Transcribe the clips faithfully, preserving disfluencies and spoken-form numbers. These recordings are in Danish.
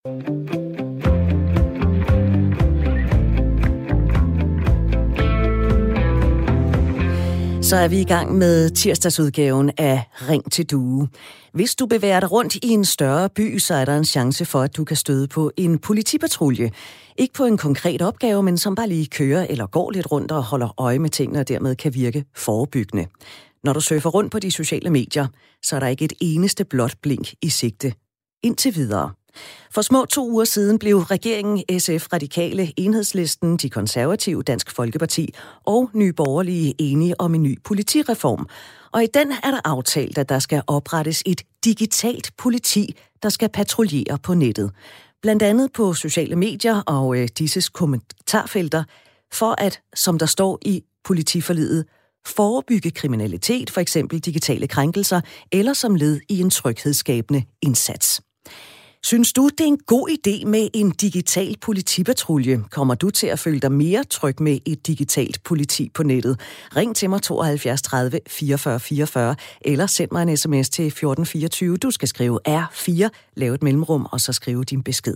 Så er vi i gang med tirsdagsudgaven af Ring til Due. Hvis du bevæger dig rundt i en større by, så er der en chance for, at du kan støde på en politipatrulje. Ikke på en konkret opgave, men som bare lige kører eller går lidt rundt og holder øje med tingene og dermed kan virke forebyggende. Når du surfer rundt på de sociale medier, så er der ikke et eneste blåt blink i sigte. Indtil videre. For små to uger siden blev regeringen, S F, Radikale, Enhedslisten, De Konservative, Dansk Folkeparti og Nye Borgerlige enige om en ny politireform. Og i den er der aftalt, at der skal oprettes et digitalt politi, der skal patruljere på nettet. Blandt andet på sociale medier og øh, disses kommentarfelter, for at, som der står i politiforliget, forebygge kriminalitet, for eksempel digitale krænkelser, eller som led i en tryghedsskabende indsats. Synes du, det er en god idé med en digital politipatrulje? Kommer du til at føle dig mere tryg med et digitalt politi på nettet? Ring til mig tooghalvfjerds tredive fireogfyrre fireogfyrre, eller send mig en sms til fjorten fireogtyve. Du skal skrive R fire, lave et mellemrum, og så skrive din besked.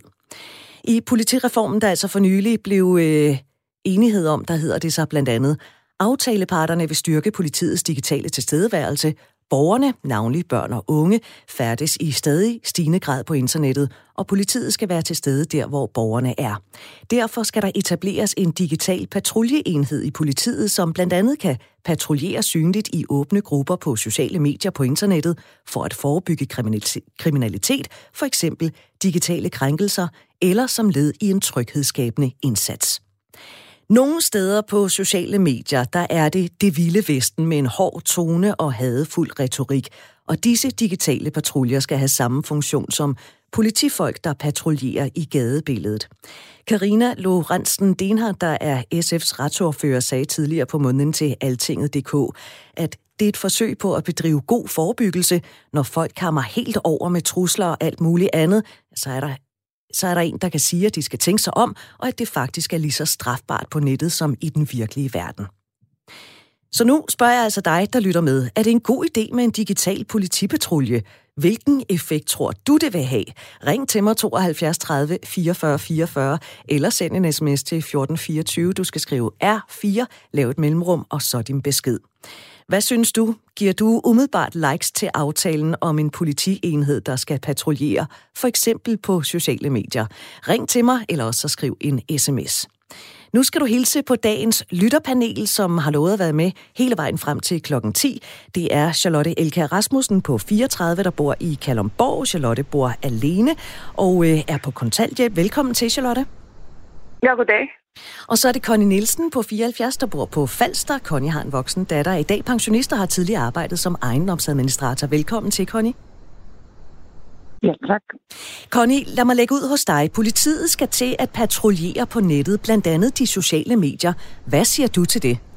I politireformen, der altså for nylig blev øh, enighed om, der hedder det så blandt andet, aftaleparterne vil styrke politiets digitale tilstedeværelse. Borgerne, navnlig børn og unge, færdes i stadig stigende grad på internettet, og politiet skal være til stede der, hvor borgerne er. Derfor skal der etableres en digital patruljeenhed i politiet, som blandt andet kan patruljere synligt i åbne grupper på sociale medier på internettet for at forebygge kriminalitet, for eksempel digitale krænkelser, eller som led i en tryghedsskabende indsats. Nogle steder på sociale medier, der er det det vilde vesten med en hård tone og hadefuld retorik, og disse digitale patruljer skal have samme funktion som politifolk, der patruljerer i gadebilledet. Karina Lorentzen Dehnhardt, der er S F's retsordfører, sagde tidligere på måneden til Altinget punktum d k, at det er et forsøg på at bedrive god forebyggelse. Når folk kammer helt over med trusler og alt muligt andet, så er der så er der en, der kan sige, at de skal tænke sig om, og at det faktisk er lige så strafbart på nettet som i den virkelige verden. Så nu spørger jeg altså dig, der lytter med. Er det en god idé med en digital politipatrulje? Hvilken effekt tror du, det vil have? Ring til mig tooghalvfjerds tredive fireogfyrre fireogfyrre, eller send en sms til fjorten fireogtyve. Du skal skrive R fire, lav et mellemrum, og så din besked. Hvad synes du? Giver du umiddelbart likes til aftalen om en politienhed, der skal patruljere, for eksempel på sociale medier? Ring til mig, eller også så skriv en sms. Nu skal du hilse på dagens lytterpanel, som har lovet at være med hele vejen frem til klokken ti. Det er Charlotte Elkjær Rasmussen på fireogtredive, der bor i Kalundborg. Charlotte bor alene og øh, er på kontanthjælp. Velkommen til, Charlotte. Ja, goddag. Og så er det Connie Nielsen på fireoghalvfjerds, der bor på Falster. Connie har en voksen datter. I dag pensionist og har tidligere arbejdet som ejendomsadministrator. Velkommen til, Connie. Ja, tak. Connie, lad mig lægge ud hos dig. Politiet skal til at patruljere på nettet, blandt andet de sociale medier. Hvad siger du til det?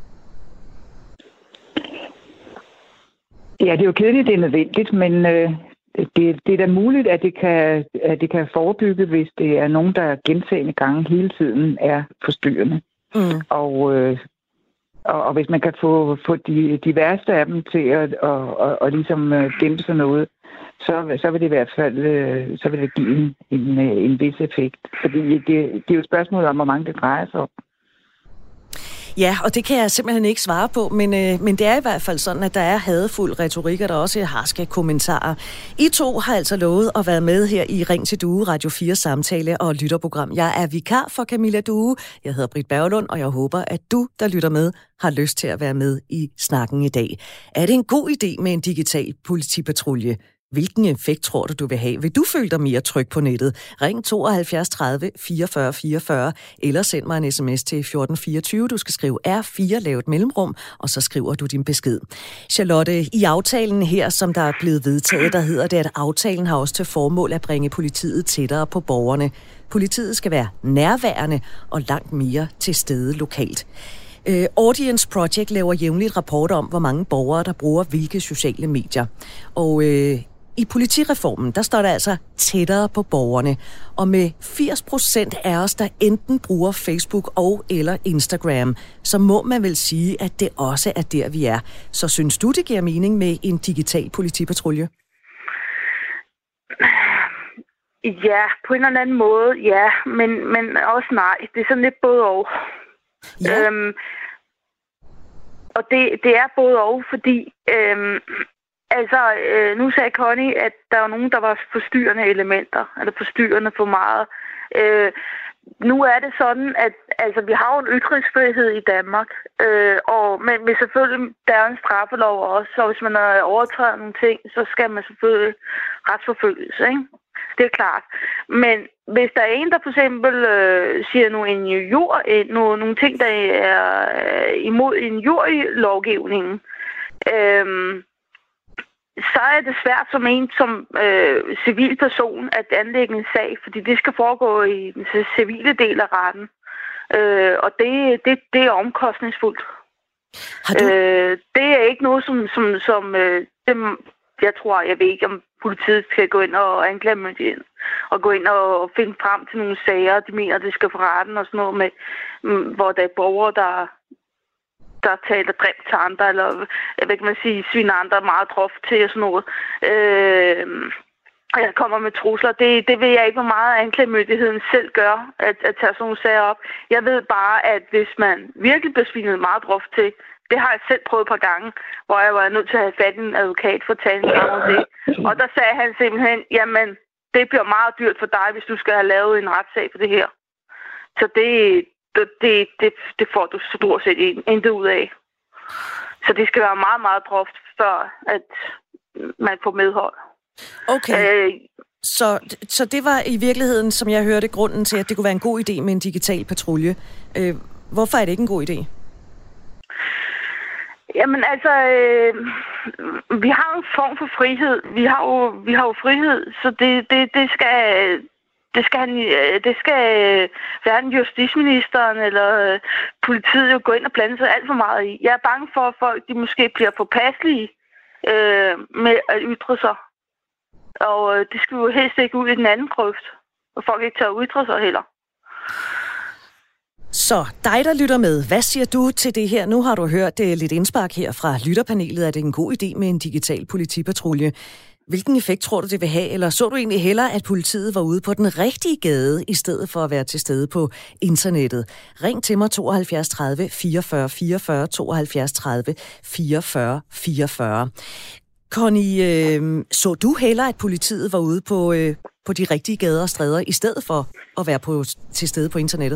Ja, det er jo kedeligt, det er nødvendigt, men øh, det, det er da muligt, at det, kan, at det kan forebygge, hvis det er nogen, der gentagne gange hele tiden er forstyrrende. Mm. Og, øh, og, og hvis man kan få, få de, de værste af dem til at og, og, og ligesom øh, dæmpe sig noget, så, så vil det i hvert fald øh, så vil det give en, en, en vis effekt. Fordi det, det er jo et spørgsmål om, hvor mange det drejer sig om. Ja, og det kan jeg simpelthen ikke svare på, men, øh, men det er i hvert fald sådan, at der er hadefuld retorik, og der også er harske kommentarer. I to har altså lovet at være med her i Ring til Due, Radio fire samtale og lytterprogram. Jeg er vikar for Camilla Due. Jeg hedder Britt Berglund, og jeg håber, at du, der lytter med, har lyst til at være med i snakken i dag. Er det en god idé med en digital politipatrulje? Hvilken effekt tror du, du vil have? Vil du føle dig mere tryg på nettet? Ring tooghalvfjerds tredive fireogfyrre fireogfyrre, eller send mig en sms til fjorten fireogtyve. Du skal skrive R fire, lav et mellemrum, og så skriver du din besked. Charlotte, i aftalen her, som der er blevet vedtaget, der hedder det, at aftalen har også til formål at bringe politiet tættere på borgerne. Politiet skal være nærværende og langt mere til stede lokalt. Uh, Audience Project laver jævnligt rapporter om, hvor mange borgere, der bruger hvilke sociale medier. Og uh, i politireformen, der står der altså tættere på borgerne. Og med firs procent af os, der enten bruger Facebook og eller Instagram, så må man vel sige, at det også er der, vi er. Så synes du, det giver mening med en digital politipatrulje? Ja, på en eller anden måde, ja, men, men også nej. Det er sådan lidt både og. Ja. Øhm, og det, det er både og, fordi øhm, altså, øh, nu sagde Connie, at der var nogen, der var forstyrrende elementer, eller forstyrrende for meget. Øh, nu er det sådan, at altså, vi har jo en ytringsfrihed i Danmark, øh, og, men, men selvfølgelig, der er en straffelov også, så hvis man har overtrædet nogle ting, så skal man selvfølgelig retsforfølges, ikke? Det er klart. Men hvis der er en, der for eksempel øh, siger nogle injur, nogle, nogle ting, der er øh, imod injurielovgivningen, øh, så er det svært som en som øh, civil person at anlægge en sag, fordi det skal foregå i den civile del af retten. Øh, og det, det, det er omkostningsfuldt. Har du... øh, det er ikke noget, som, som, som øh, det, jeg tror, jeg ved ikke, om politiet skal gå ind og anklagemyndigheden og gå ind og finde frem til nogle sager, de mener, det skal for retten og sådan noget med, hvor der er borgere, der der taler grimt til andre, eller hvad kan man sige, sviner andre meget groft til og sådan noget. Øh, og jeg kommer med trusler. Det, det ved jeg ikke, hvor meget anklagemyndigheden selv gør, at, at tage sådan nogle sager op. Jeg ved bare, at hvis man virkelig bliver svinet meget groft til, det har jeg selv prøvet et par gange, hvor jeg var nødt til at have fat i en advokat for at tale en gang om det. Og der sagde han simpelthen, jamen, det bliver meget dyrt for dig, hvis du skal have lavet en retssag for det her. Så det, det, det, det, det får du stort set intet ud af. Så det skal være meget, meget groft, før at man får medhold. Okay. Øh, så, så det var i virkeligheden, som jeg hørte, grunden til, at det kunne være en god idé med en digital patrulje. Øh, hvorfor er det ikke en god idé? Jamen altså, øh, vi har en form for frihed. Vi har jo, vi har jo frihed, så det, det, det skal, det skal, det skal hverken justitsministeren eller politiet jo gå ind og blande sig alt for meget i. Jeg er bange for, at folk de måske bliver påpasselige øh, med at ytre sig. Og øh, det skal jo helst ikke ud i den anden grøft, og folk ikke tager at ytre sig heller. Så dig, der lytter med, hvad siger du til det her? Nu har du hørt uh, lidt indspark her fra lytterpanelet. Er det en god idé med en digital politipatrulje? Hvilken effekt tror du, det vil have? Eller så du egentlig hellere, at politiet var ude på den rigtige gade, i stedet for at være til stede på internettet? Ring til mig tooghalvfjerds tredive fireogfyrre fireogfyrre, tooghalvfjerds tredive fireogfyrre fireogfyrre. Connie, øh, så du hellere, at politiet var ude på, øh, på de rigtige gader og stræder, i stedet for at være på, til stede på internettet?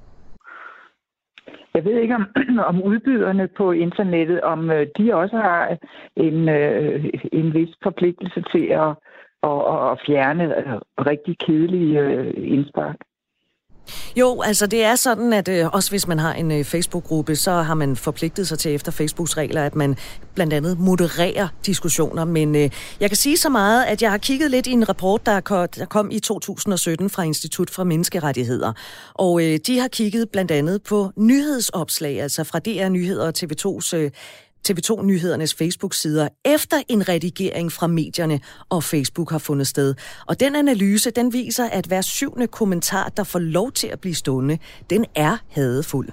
Jeg ved ikke, om, om udbyderne på internettet, om de også har en, en vis forpligtelse til at, at, at fjerne rigtig kedelige indspark. Jo, altså det er sådan, at øh, også hvis man har en øh, Facebook-gruppe, så har man forpligtet sig til efter Facebooks regler, at man blandt andet modererer diskussioner. Men øh, jeg kan sige så meget, at jeg har kigget lidt i en rapport, der kom, der kom i to tusind og sytten fra Institut for Menneskerettigheder. Og øh, de har kigget blandt andet på nyhedsopslag, altså fra D R Nyheder og T V to's øh, T V to-nyhedernes Facebook-sider, efter en redigering fra medierne og Facebook har fundet sted. Og den analyse, den viser, at hver syvende kommentar, der får lov til at blive stående, den er hadefuld.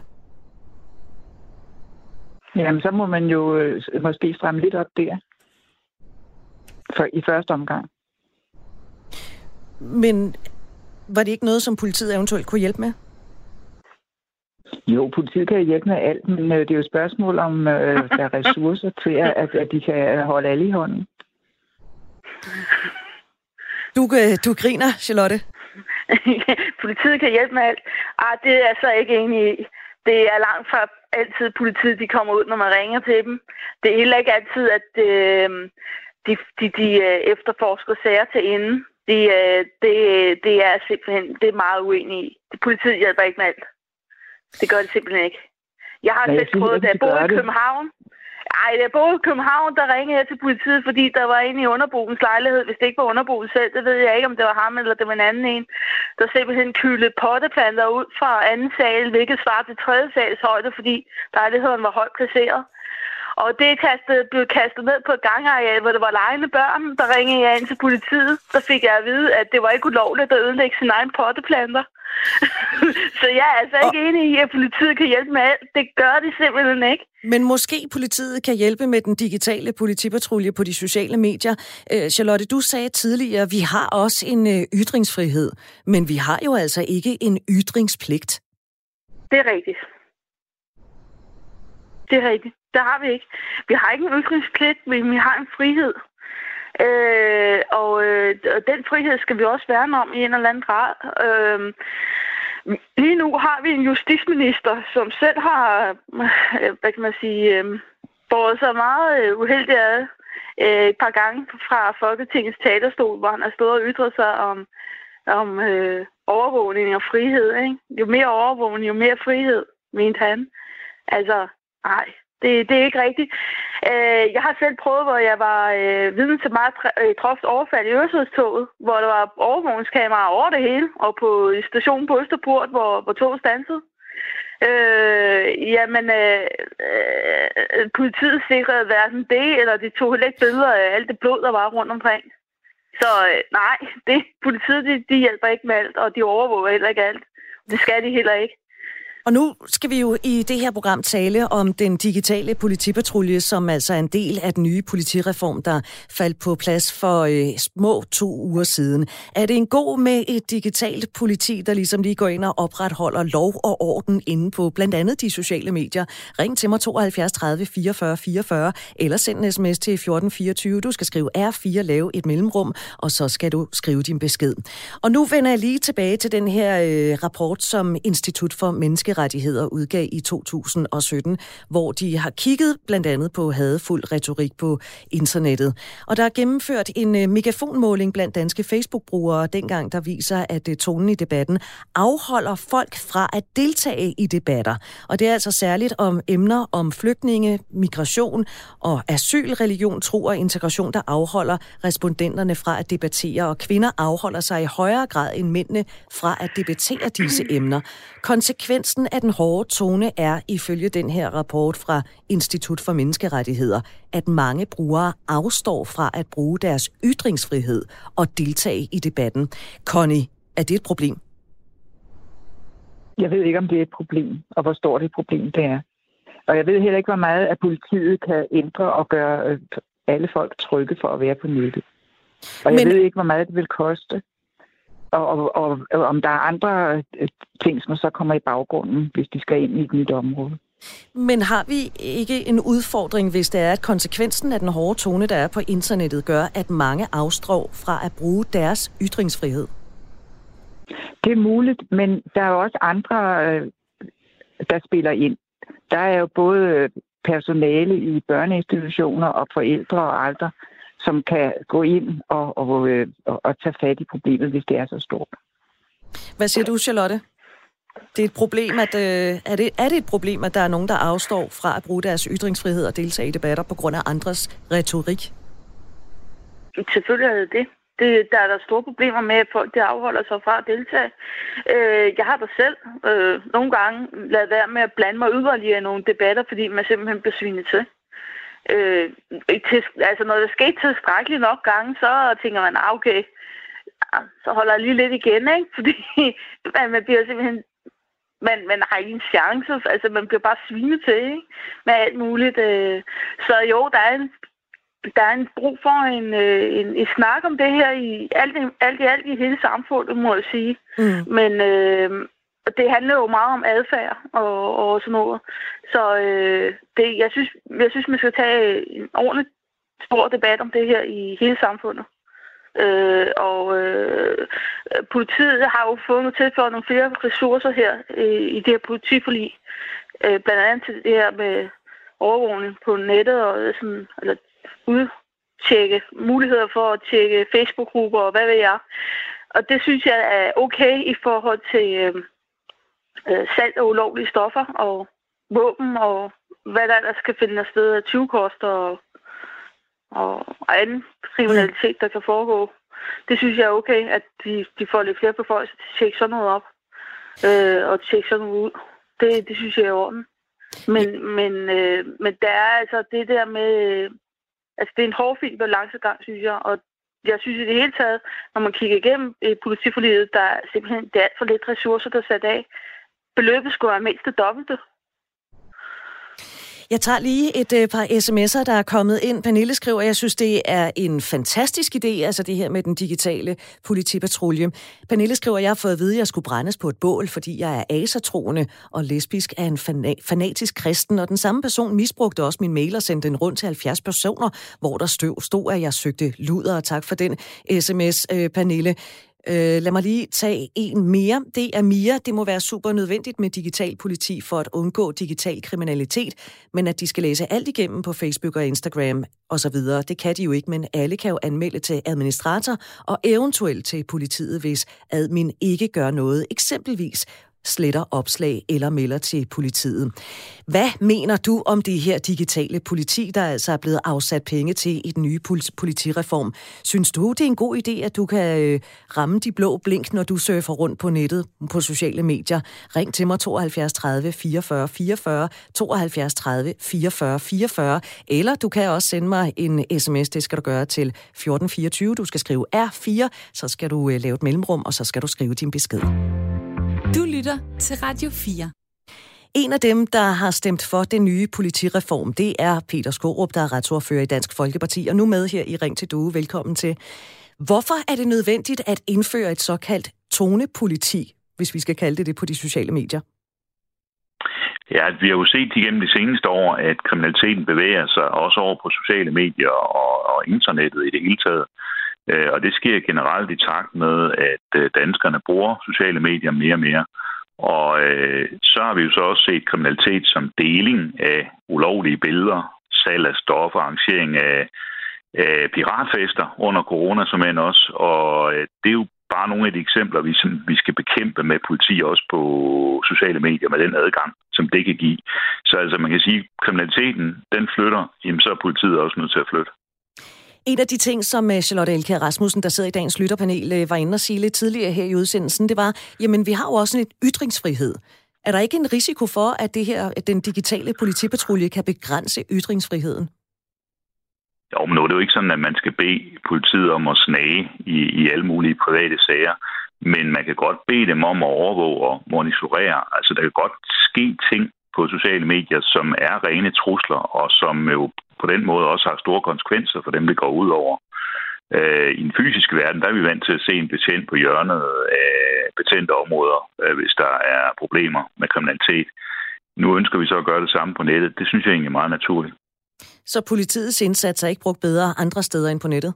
Jamen, så må man jo øh, måske stramme lidt op der. For, i første omgang. Men var det ikke noget, som politiet eventuelt kunne hjælpe med? Jo, politiet kan hjælpe med alt, men det er jo et spørgsmål om, øh, der er ressourcer til, at, at de kan holde alle i hånden. Du, du griner, Charlotte. Politiet kan hjælpe med alt. Ah, det er jeg så ikke enig i. Det er langt fra altid politiet, de kommer ud, når man ringer til dem. Det er heller ikke altid, at øh, de, de, de efterforsker sager til enden. Det, det, det er simpelthen det er meget uenig i. Politiet hjælper ikke med alt. Det gør det simpelthen ikke. Jeg har selv prøvet, da jeg boede i København. Ej, da jeg boede i København, der ringede jeg til politiet, fordi der var en i underboens lejlighed. Hvis det ikke var underboen selv, det ved jeg ikke, om det var ham eller det var en anden en. Der simpelthen kyldede potteplanter ud fra anden sal, hvilket svarer til tredje sals højde, fordi lejligheden var højt placeret. Og det kastet, blev kastet ned på et gangareal, hvor det var legende børn. Der ringede jeg ind til politiet. Der fik jeg at vide, at det var ikke ulovligt at ødelægge sine egne potteplanter. Så jeg er altså ikke og... enig i, at politiet kan hjælpe med alt. Det gør de simpelthen ikke. Men måske politiet kan hjælpe med den digitale politipatrulje på de sociale medier. Øh, Charlotte, du sagde tidligere, at vi har også en øh, ytringsfrihed, men vi har jo altså ikke en ytringspligt. Det er rigtigt. Det er rigtigt. Det har vi ikke. Vi har ikke en ytringspligt, men vi har en frihed. Øh, og øh, den frihed skal vi også værne om i en eller anden grad. Øh, lige nu har vi en justitsminister, som selv har, øh, hvad kan man sige, øh, båret sig meget øh, uheldigt ad øh, et par gange fra Folketingets talerstol, hvor han har stået og ytret sig om, om øh, overvågning og frihed. Ikke? Jo mere overvågning, jo mere frihed, mente han. Altså, nej. Det, det er ikke rigtigt. Øh, jeg har selv prøvet, hvor jeg var øh, vidne til meget øh, groft overfald i Øresundstoget, hvor der var overvågningskameraer over det hele, og på stationen på Østerport, hvor, hvor toget standsede. Øh, jamen, øh, øh, politiet sikrede hverken det, eller de tog heller ikke billeder af alt det blod, der var rundt omkring. Så øh, nej, det, politiet de, de hjælper ikke med alt, og de overvåger heller ikke alt. Det skal de heller ikke. Og nu skal vi jo i det her program tale om den digitale politipatrulje, som altså er en del af den nye politireform, der faldt på plads for øh, små to uger siden. Er det en god med et digitalt politi, der ligesom lige går ind og opretholder lov og orden inde på blandt andet de sociale medier? Ring til mig tooghalvfjerds tredive fireogfyrre fireogfyrre, eller send en sms til fjorten fireogtyve. Du skal skrive R fire, lave et mellemrum, og så skal du skrive din besked. Og nu vender jeg lige tilbage til den her øh, rapport, som Institut for Menneskerettigheder udgav i to tusind og sytten, hvor de har kigget blandt andet på hadefuld retorik på internettet. Og der er gennemført en megafonmåling blandt danske Facebook-brugere dengang, der viser, at tonen i debatten afholder folk fra at deltage i debatter. Og det er altså særligt om emner om flygtninge, migration og asyl, religion, tro og integration, der afholder respondenterne fra at debattere, og kvinder afholder sig i højere grad end mændene fra at debattere disse emner. Konsekvensen af den hårde tone er, ifølge den her rapport fra Institut for Menneskerettigheder, at mange brugere afstår fra at bruge deres ytringsfrihed og deltage i debatten. Connie, er det et problem? Jeg ved ikke, om det er et problem, og hvor stort et problem det er. Og jeg ved heller ikke, hvor meget at politiet kan ændre og gøre alle folk trygge for at være på nettet. Og jeg Men... ved ikke, hvor meget det vil koste. Og, og, og, og om der er andre ting, som så kommer i baggrunden, hvis de skal ind i et nyt område. Men har vi ikke en udfordring, hvis det er, at konsekvensen af den hårde tone, der er på internettet, gør, at mange afstår fra at bruge deres ytringsfrihed? Det er muligt, men der er også andre, der spiller ind. Der er jo både personale i børneinstitutioner og forældre og andre, som kan gå ind og, og, og, og tage fat i problemet, hvis det er så stort. Hvad siger du, Charlotte? Det er et problem, at øh, er, det, er det et problem, at der er nogen, der afstår fra at bruge deres ytringsfrihed og deltage i debatter på grund af andres retorik? Selvfølgelig er det det. det der er der store problemer med, at folk de afholder sig fra at deltage. Øh, jeg har da selv øh, nogle gange ladet være med at blande mig yderligere i nogle debatter, fordi man simpelthen bliver svinet til. Øh, til, altså når det sker tilstrækkeligt nok gange, så tænker man, ah, okay, så holder jeg lige lidt igen, ikke? Fordi man bliver simpelthen, man, man har ikke en chance, altså man bliver bare svinet til, ikke? Med alt muligt. Øh. Så jo, der er en, der er en brug for en, en, en snak om det her i alt, alt i alt i hele samfundet, må jeg sige. Mm. Men øh, det handler jo meget om adfærd og, og sådan noget. Så øh, det, jeg, synes, jeg synes, man skal tage en ordentlig stor debat om det her i hele samfundet. Øh, og øh, politiet har jo fået noget tilføjet nogle flere ressourcer her øh, i det her politiforlig. Øh, blandt andet til det her med overvågning på nettet og sådan, eller udtjekke muligheder for at tjekke Facebook-grupper og hvad ved jeg. Og det synes jeg er okay i forhold til øh, øh, salg af ulovlige stoffer og våben og hvad der, der skal finde afsted af tyvekoster og, og anden kriminalitet, der kan foregå. Det synes jeg er okay, at de, de får lidt flere beføjelser til at tjekke sådan noget op øh, og tjekke sådan noget ud. Det, det synes jeg er i orden. Men, men, øh, men der er altså det der med... Altså, det er en hårfin balancegang, synes jeg, og jeg synes i det hele taget, når man kigger igennem øh, politiforliget, der er simpelthen det er alt for lidt ressourcer, der er sat af. Beløbet skulle være mindst det dobbelte. Jeg tager lige et øh, par sms'er, der er kommet ind. Pernille skriver, jeg synes, det er en fantastisk idé, altså det her med den digitale politipatrulje. Pernille skriver, jeg har fået at vide, at jeg skulle brændes på et bål, fordi jeg er asatroende, og lesbisk er en fana- fanatisk kristen. Og den samme person misbrugte også min mail og sendte den rundt til halvfjerds personer, hvor der stod, stod at jeg søgte luder. Og tak for den sms, øh, Pernille. Øh, lad mig lige tage en mere. Det er Mia. Det må være super nødvendigt med digital politi for at undgå digital kriminalitet, men at de skal læse alt igennem på Facebook og Instagram osv. Det kan de jo ikke, men alle kan jo anmelde til administrator og eventuelt til politiet, hvis admin ikke gør noget, eksempelvis sletter opslag eller melder til politiet. Hvad mener du om det her digitale politi, der altså er blevet afsat penge til i den nye politireform? Synes du, det er en god idé, at du kan øh, ramme de blå blink, når du surfer rundt på nettet på sociale medier? Ring til mig tooghalvfjerds tredive fireogfyrre fireogfyrre, tooghalvfjerds tredive fireogfyrre fireogfyrre, eller du kan også sende mig en sms, det skal du gøre til fjorten fireogtyve. Du skal skrive R fire, så skal du øh, lave et mellemrum, og så skal du skrive din besked. Du lytter til Radio fire. En af dem, der har stemt for den nye politireform, det er Peter Skaarup, der er retsordfører i Dansk Folkeparti, og nu med her i Ring til Due. Velkommen til. Hvorfor er det nødvendigt at indføre et såkaldt tonepoliti, hvis vi skal kalde det det, på de sociale medier? Ja, vi har jo set igennem de seneste år, at kriminaliteten bevæger sig også over på sociale medier og, og internettet i det hele taget. Og det sker generelt i takt med, at danskerne bruger sociale medier mere og mere. Og øh, så har vi jo så også set kriminalitet som deling af ulovlige billeder, salg af stoffer, arrangering af, af piratfester under corona som end også. Og øh, det er jo bare nogle af de eksempler, vi, som vi skal bekæmpe med politi også på sociale medier med den adgang, som det kan give. Så altså man kan sige, at kriminaliteten den flytter, jamen så er politiet også nødt til at flytte. En af de ting, som Charlotte Elkjær Rasmussen, der sidder i dagens lytterpanel, var inde og sige lidt tidligere her i udsendelsen, det var, jamen vi har jo også en ytringsfrihed. Er der ikke en risiko for, at det her, at den digitale politipatrulje kan begrænse ytringsfriheden? Jo, men nu er det jo ikke sådan, at man skal bede politiet om at snage i, i alle mulige private sager, men man kan godt bede dem om at overvåge og monitorere. Altså der kan godt ske ting på sociale medier, som er rene trusler, og som jo på den måde også har store konsekvenser for dem, det går ud over. Øh, I den fysiske verden, der er vi vant til at se en betjent på hjørnet af betjente områder, øh, hvis der er problemer med kriminalitet. Nu ønsker vi så at gøre det samme på nettet. Det synes jeg egentlig er meget naturligt. Så politiets indsats er ikke brugt bedre andre steder end på nettet?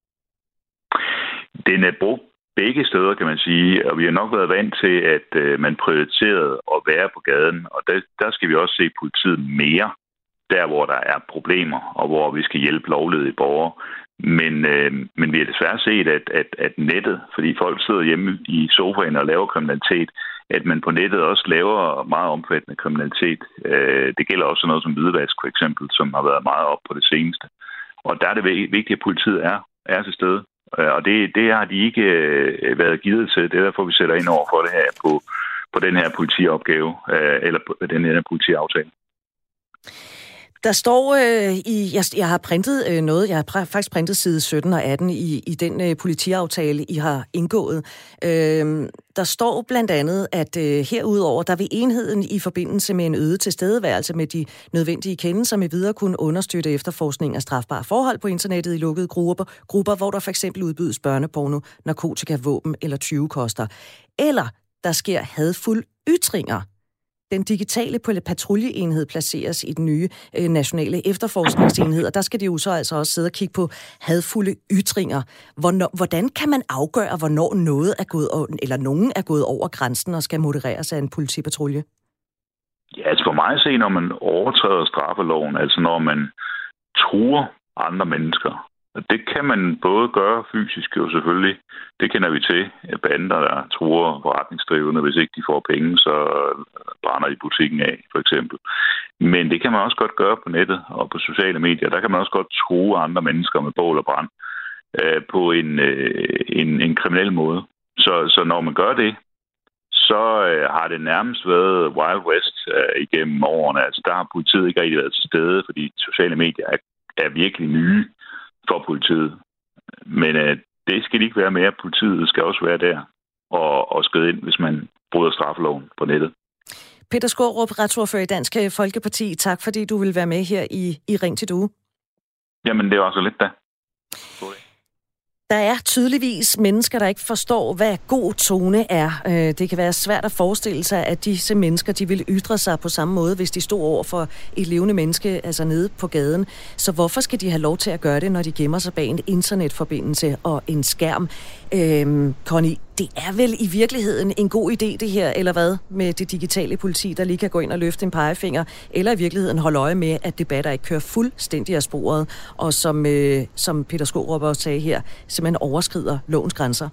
Den er brugt begge steder, kan man sige, og vi har nok været vant til, at øh, man prioriterede at være på gaden, og der, der skal vi også se politiet mere, der hvor der er problemer, og hvor vi skal hjælpe lovlydige borgere. Men, øh, men vi har desværre set, at, at, at nettet, fordi folk sidder hjemme i sofaen og laver kriminalitet, at man på nettet også laver meget omfattende kriminalitet. Øh, det gælder også noget som hvidvask, for eksempel, som har været meget op på det seneste. Og der er det vigtigt, at politiet er, er til stede. Og det, det har de ikke øh, været givet til. Det er derfor, vi sætter ind over for det her på, på den her politiopgave, øh, eller på den her politiaftale. Der står øh, i, jeg, jeg har printet øh, noget, jeg har pr- faktisk printet side sytten og atten i, i den øh, politiaftale, I har indgået. Øh, der står blandt andet, at øh, herudover, der vil enheden i forbindelse med en øget tilstedeværelse med de nødvendige kendelser med videre kunne understøtte efterforskning af strafbare forhold på internettet i lukkede grupper, grupper hvor der for eksempel udbydes børneporno, narkotika, våben eller tyvekoster. Eller der sker hadfulde ytringer. Den digitale patruljeenhed placeres i den nye øh, nationale efterforskningsenhed, og der skal de jo så altså også sidde og kigge på hadfulde ytringer. Hvornår, hvordan kan man afgøre, hvornår noget er gået over, eller nogen er gået over grænsen og skal modereres af en politipatrulje? Ja, altså for mig at se, når man overtræder straffeloven, altså når man truer andre mennesker, det kan man både gøre fysisk jo selvfølgelig. Det kender vi til. Bander, der truer forretningsdrivende, hvis ikke de får penge, så brænder de butikken af, for eksempel. Men det kan man også godt gøre på nettet og på sociale medier. Der kan man også godt true andre mennesker med bål og brand øh, på en, øh, en, en kriminel måde. Så, så når man gør det, så øh, har det nærmest været Wild West øh, igennem årene. Altså der har politiet ikke rigtig været til stede, fordi sociale medier er, er virkelig nye for politiet. Men øh, det skal ikke være mere. Politiet skal også være der og, og skride ind, hvis man bryder straffeloven på nettet. Peter Skaarup, retsordfører i Dansk Folkeparti. Tak, fordi du vil være med her i, i Ring til Due. Jamen, det var så lidt da. Der er tydeligvis mennesker, der ikke forstår, hvad god tone er. Det kan være svært at forestille sig, at disse mennesker de vil ytre sig på samme måde, hvis de stod over for et levende menneske, altså nede på gaden. Så hvorfor skal de have lov til at gøre det, når de gemmer sig bag en internetforbindelse og en skærm? Øhm, Connie, det er vel i virkeligheden en god idé, det her, eller hvad, med det digitale politi, der lige kan gå ind og løfte en pegefinger, eller i virkeligheden holde øje med, at debatter ikke kører fuldstændig af sporet, og som, øh, som Peter Skaarup også sagde her, simpelthen overskrider lovens grænser?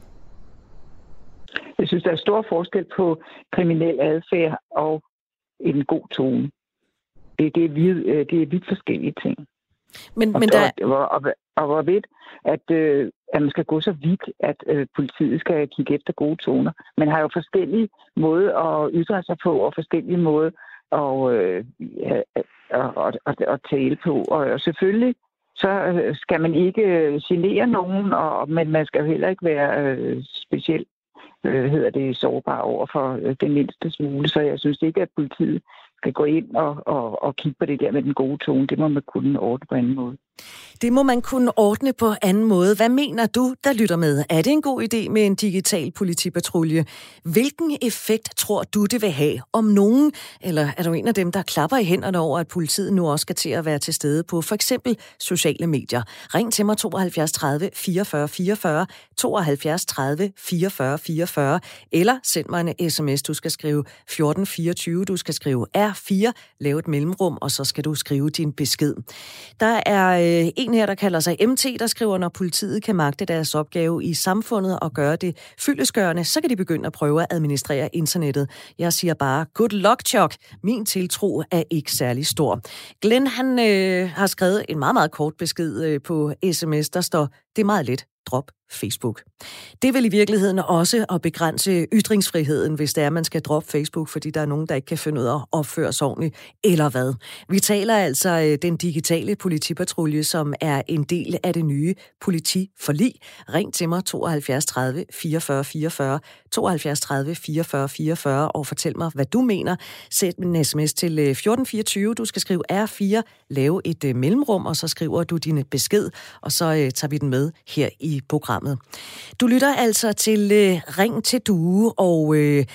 Jeg synes, der er stor forskel på kriminel adfærd og en god tone. Det, det, er, vidt, det er vidt forskellige ting. Men, og, men der... og, og, og hvor vidt, at, øh, at man skal gå så vidt, at øh, politiet skal kigge efter gode toner. Man har jo forskellige måder at ytre sig på, og forskellige måder at, øh, at, at, at, at tale på. Og, og selvfølgelig så skal man ikke genere nogen, og, men man skal jo heller ikke være øh, specielt øh, hedder det, sårbar over for øh, den mindste smule. Så jeg synes ikke, at politiet skal gå ind og, og, og kigge på det der med den gode tone. Det må man kunne ordne på anden måde. Det må man kunne ordne på anden måde. Hvad mener du, der lytter med? Er det en god idé med en digital politipatrulje? Hvilken effekt tror du, det vil have? Om nogen, eller er du en af dem, der klapper i hænderne over, at politiet nu også skal til at være til stede på for eksempel sociale medier? Ring til mig tooghalvfjerds tredive fireogfyrre fireogfyrre, tooghalvfjerds tredive fireogfyrre fireogfyrre, eller send mig en sms. Du skal skrive fjorten fireogtyve, du skal skrive R fire, lave et mellemrum, og så skal du skrive din besked. Der er en her, der kalder sig M T, der skriver, når politiet kan magte deres opgave i samfundet og gøre det fyldestgørende, så kan de begynde at prøve at administrere internettet. Jeg siger bare, good luck, Chuck. Min tiltro er ikke særlig stor. Glenn, han øh, har skrevet en meget, meget kort besked øh, på sms, der står, det er meget let. Drop Facebook. Det vil i virkeligheden også at begrænse ytringsfriheden, hvis det er, man skal droppe Facebook, fordi der er nogen, der ikke kan finde ud af at opføre sig ordentligt, eller hvad. Vi taler altså den digitale politipatrulje, som er en del af det nye politiforlig. Ring til mig tooghalvfjerds tredive fireogfyrre fireogfyrre, tooghalvfjerds tredive fireogfyrre fireogfyrre og fortæl mig, hvad du mener. Sæt en sms til fjorten fireogtyve. Du skal skrive R fire, lave et mellemrum, og så skriver du din besked, og så øh, tager vi den med her i programmet. Du lytter altså til øh, Ring til Due, og øh,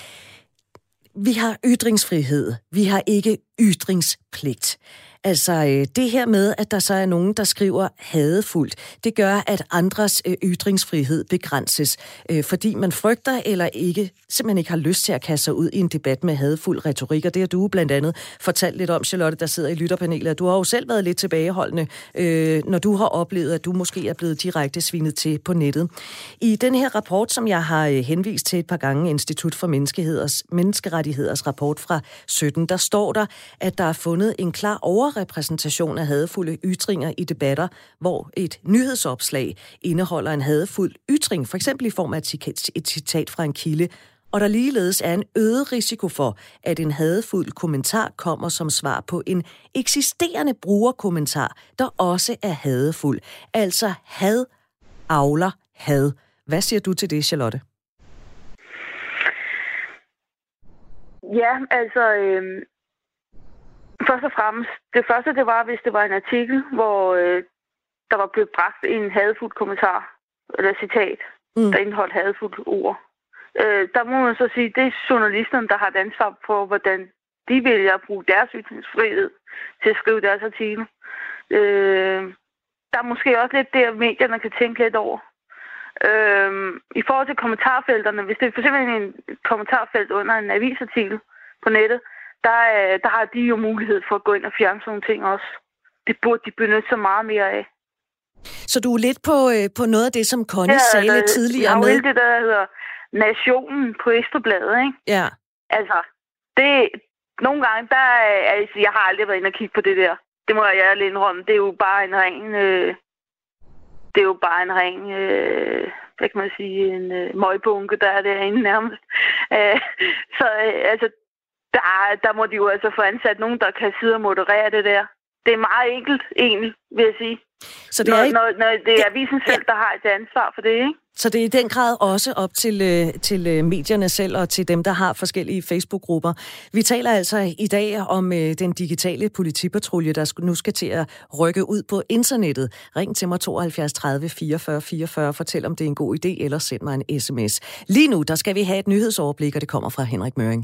vi har ytringsfrihed. Vi har ikke ytringspligt. Altså øh, det her med, at der så er nogen, der skriver hadefuldt, det gør, at andres øh, ytringsfrihed begrænses, øh, fordi man frygter eller ikke simpelthen ikke har lyst til at kaste sig ud i en debat med hadefuld retorik, og det har du blandt andet fortalt lidt om, Charlotte, der sidder i lytterpanelet. Du har jo selv været lidt tilbageholdende, øh, når du har oplevet, at du måske er blevet direkte svinet til på nettet. I den her rapport, som jeg har henvist til et par gange, Institut for Menneskerettigheders rapport fra sytten, der står der, at der er fundet en klar overrepræsentation af hadefulde ytringer i debatter, hvor et nyhedsopslag indeholder en hadefuld ytring, for eksempel i form af et citat fra en kilde, og der ligeledes er en øget risiko for, at en hadefuld kommentar kommer som svar på en eksisterende brugerkommentar, der også er hadefuld. Altså had avler had. Hvad siger du til det, Charlotte? Ja, altså... Øh... Først og fremmest, det første det var, hvis det var en artikel, hvor øh, der var blevet bragt en hadefuld kommentar, eller citat, mm. der indeholdt hadefulde ord. Øh, der må man så sige, det er journalisterne, der har et ansvar for, hvordan de vælger at bruge deres ytringsfrihed til at skrive deres artikel. Øh, der er måske også lidt der, medierne kan tænke lidt over. Øh, I forhold til kommentarfelterne, hvis det er for eksempel en kommentarfelt under en avisartikel på nettet, Der, der har de jo mulighed for at gå ind og fjerne sådan nogle ting også. Det burde de benytte sig meget mere af. Så du er lidt på, på noget af det, som Connie ja, sagde lidt tidligere med? Jeg har jo det, der hedder Nationen på Ekstrabladet, ikke? Ja. Altså, det... Nogle gange, der er... Altså, jeg har aldrig været inde og kigge på det der. Det må jeg ærligt indrømme. Det er jo bare en ren... Øh, det er jo bare en ren... Øh, hvad kan man sige? En øh, møgbunke, der er derinde nærmest. Øh, så, øh, altså... Der, der må de jo altså få ansat nogen, der kan sidde og moderere det der. det er meget enkelt, egentlig, vil jeg sige. Så det når, er ikke... når, når det er avisen selv, der har et ansvar for det, ikke? Så det er i den grad også op til, øh, til øh, medierne selv og til dem, der har forskellige Facebook-grupper. Vi taler altså i dag om øh, den digitale politipatrulje, der nu skal til at rykke ud på internettet. Ring til mig tooghalvfjerds tredive fireogfyrre fireogfyrre. Fortæl, om det er en god idé, eller send mig en sms. Lige nu, der skal vi have et nyhedsoverblik, og det kommer fra Henrik Møring.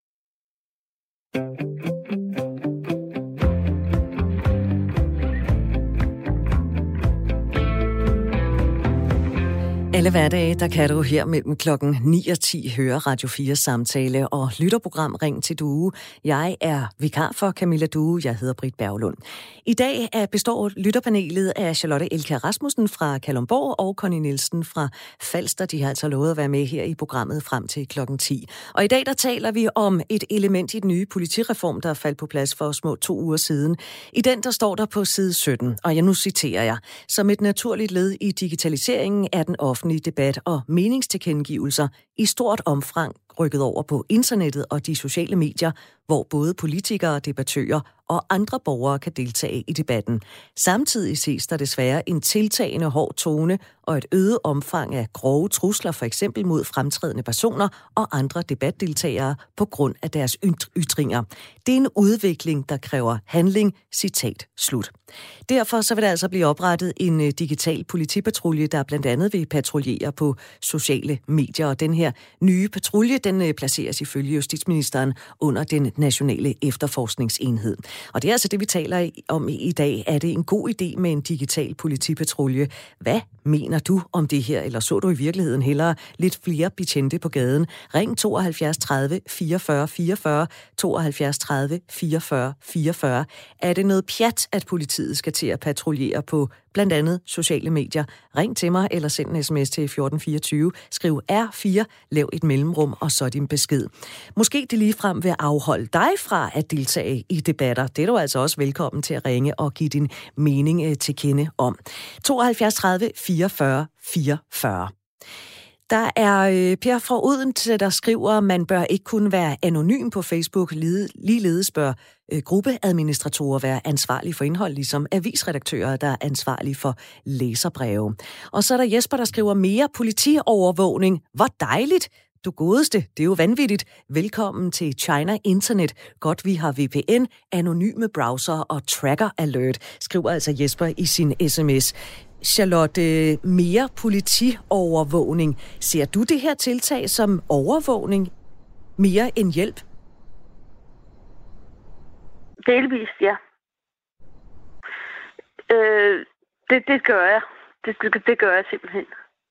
Alle hverdage, der kan du her mellem klokken ni og ti høre Radio fire samtale og lytterprogram Ring til Due. Jeg er vikar for Camilla Due. Jeg hedder Britt Berglund. I dag er består lytterpanelet af Charlotte Elka Rasmussen fra Kalundborg og Conny Nielsen fra Falster. De har altså lovet at være med her i programmet frem til klokken ti. Og i dag der taler vi om et element i den nye politireform, der er faldt på plads for små to uger siden. I den der står der på side sytten, og jeg nu citerer jeg: som et naturligt led i digitaliseringen er den offentlige debat og meningstilkendegivelser i stort omfang rykket over på internettet og de sociale medier, hvor både politikere, debattører og andre borgere kan deltage i debatten. Samtidig ses der desværre en tiltagende hård tone og et øget omfang af grove trusler, for eksempel mod fremtrædende personer og andre debatdeltagere på grund af deres ytringer. Det er en udvikling, der kræver handling, citat slut. Derfor så vil der altså blive oprettet en digital politipatrulje, der blandt andet vil patruljere på sociale medier, og den her nye patrulje, den placeres ifølge justitsministeren under den nationale efterforskningsenhed. Og det er altså det, vi taler om i dag. Er det en god idé med en digital politipatrulje? Hvad mener du om det her? Eller så du i virkeligheden hellere lidt flere betjente på gaden? Ring tooghalvfjerds tredive fireogfyrre fireogfyrre, tooghalvfjerds tredive fireogfyrre fireogfyrre. Er det noget pjat, at politiet skal til at patruljere på blandt andet sociale medier? Ring til mig eller send en sms til fjorten fireogtyve. Skriv R fire, lav et mellemrum og så din besked. Måske det ligefrem vil afholde dig fra at deltage i debatter. Det er du altså også velkommen til at ringe og give din mening til kende om. tooghalvfjerds tredive fireogfyrre fireogfyrre. Der er øh, Per fra Odense, der skriver, at man bør ikke kunne være anonym på Facebook. Ligeledes bør øh, gruppeadministratorer være ansvarlige for indhold, ligesom avisredaktører, der er ansvarlige for læserbreve. Og så er der Jesper, der skriver, mere politiovervågning. Hvor dejligt! Du godeste, det er jo vanvittigt. Velkommen til China Internet. Godt, vi har V P N, anonyme browser og tracker alert, skriver altså Jesper i sin sms. Charlotte, mere politiovervågning. Ser du det her tiltag som overvågning mere end hjælp? Delvist, ja. Øh, det, det gør jeg. Det, det, det gør jeg simpelthen.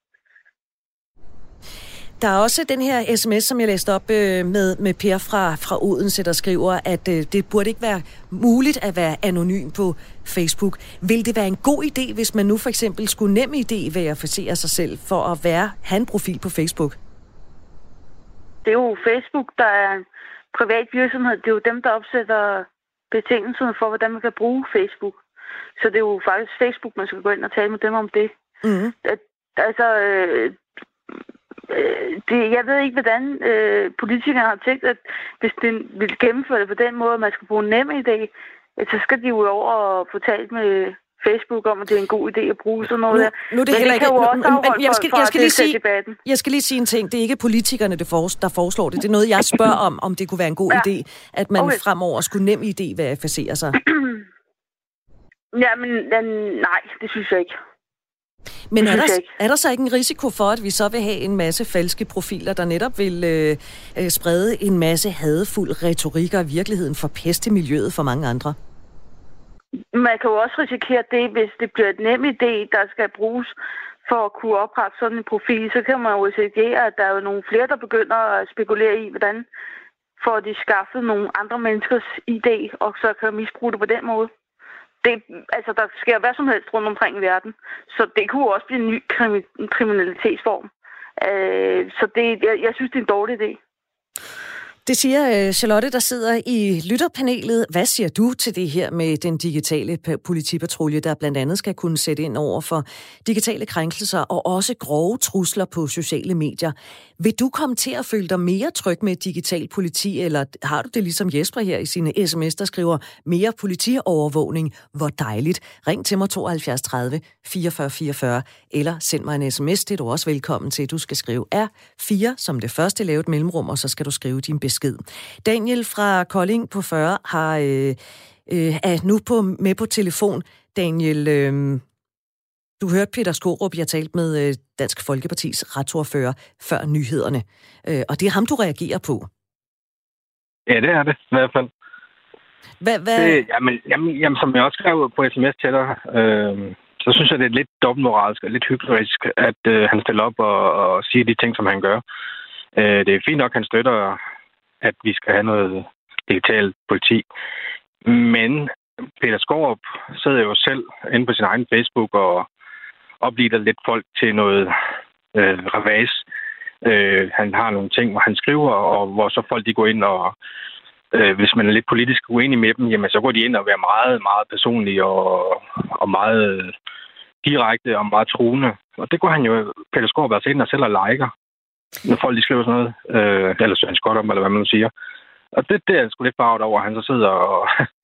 Der er også den her sms, som jeg læste op øh, med, med Per fra, fra Odense, der skriver, at øh, det burde ikke være muligt at være anonym på Facebook. Vil det være en god idé, hvis man nu for eksempel skulle nem idé verificere sig selv for at være, have en profil på Facebook? Det er jo Facebook, der er en privat virksomhed. Det er jo dem, der opsætter betingelserne for, hvordan man kan bruge Facebook. Så det er jo faktisk Facebook, man skal gå ind og tale med dem om det. Mm-hmm. At, altså... Øh, Det, jeg ved ikke, hvordan øh, politikerne har tænkt, at hvis de vil gennemføre det på den måde, at man skal bruge en nem idé, så skal de jo over og få talt med Facebook om, at det er en god idé at bruge sådan noget. Nu, nu er det heller ikke... Jeg skal, jeg, skal lige sige, jeg skal lige sige en ting. Det er ikke politikerne, der foreslår det. Det er noget, jeg spørger om, om det kunne være en god ja. idé, at man okay. fremover skulle nem idé verificere sig. Ja, men nej, det synes jeg ikke. Men er der, er der så ikke en risiko for, at vi så vil have en masse falske profiler, der netop vil øh, sprede en masse hadefuld retorik og i virkeligheden forpeste miljøet for mange andre? Man kan jo også risikere det, hvis det bliver et nem idé, der skal bruges for at kunne oprette sådan en profil. Så kan man jo risikere, at der er jo nogle flere, der begynder at spekulere i, hvordan får de skaffet nogle andre menneskers idé, og så kan misbruge det på den måde. Det, altså, der sker hvad som helst rundt omkring i verden. Så det kunne også blive en ny krim- kriminalitetsform. Øh, så det, jeg, jeg synes, det er en dårlig idé. Det siger Charlotte, der sidder i lytterpanelet. Hvad siger du til det her med den digitale politipatrulje, der blandt andet skal kunne sætte ind over for digitale krænkelser og også grove trusler på sociale medier? Vil du komme til at føle dig mere tryg med digital politi, eller har du det ligesom Jesper her i sine sms, der skriver mere politiovervågning? Hvor dejligt. Ring til mig tooghalvfjerds tredive fireogfyrre fireogfyrre, eller send mig en sms, det er du også velkommen til. Du skal skrive R fire som det første, lave et mellemrum, og så skal du skrive din besked. Daniel fra Kolding på fyrre har, øh, øh, er nu på, med på telefon. Daniel, øh, du hørte Peter Skaarup, jeg talte med øh, Dansk Folkepartis retsordfører før nyhederne. Øh, og det er ham, du reagerer på. Ja, det er det i hvert fald. Hvad, hvad... Det, jamen, jamen, jamen, som jeg også skrev på sms til dig, øh, så synes jeg, det er lidt dobbeltmoralsk og lidt hyklerisk, at øh, han stiller op og, og siger de ting, som han gør. Øh, det er fint nok, at han støtter, at vi skal have noget digitalt politi. Men Peter Skaarup sidder jo selv inde på sin egen Facebook og opbliver lidt folk til noget øh, ravage. Øh, han har nogle ting, hvor han skriver, og hvor så folk de går ind og øh, hvis man er lidt politisk uenig med dem, jamen så går de ind og er meget, meget personlige og, og meget direkte og meget truende. Og det går han jo, Peter Skaarup altså ind og selv og liker, når folk de skriver sådan noget, øh, eller synes godt om, eller hvad man nu siger. Og det, det er sgu lidt farvet over, at han så sidder og,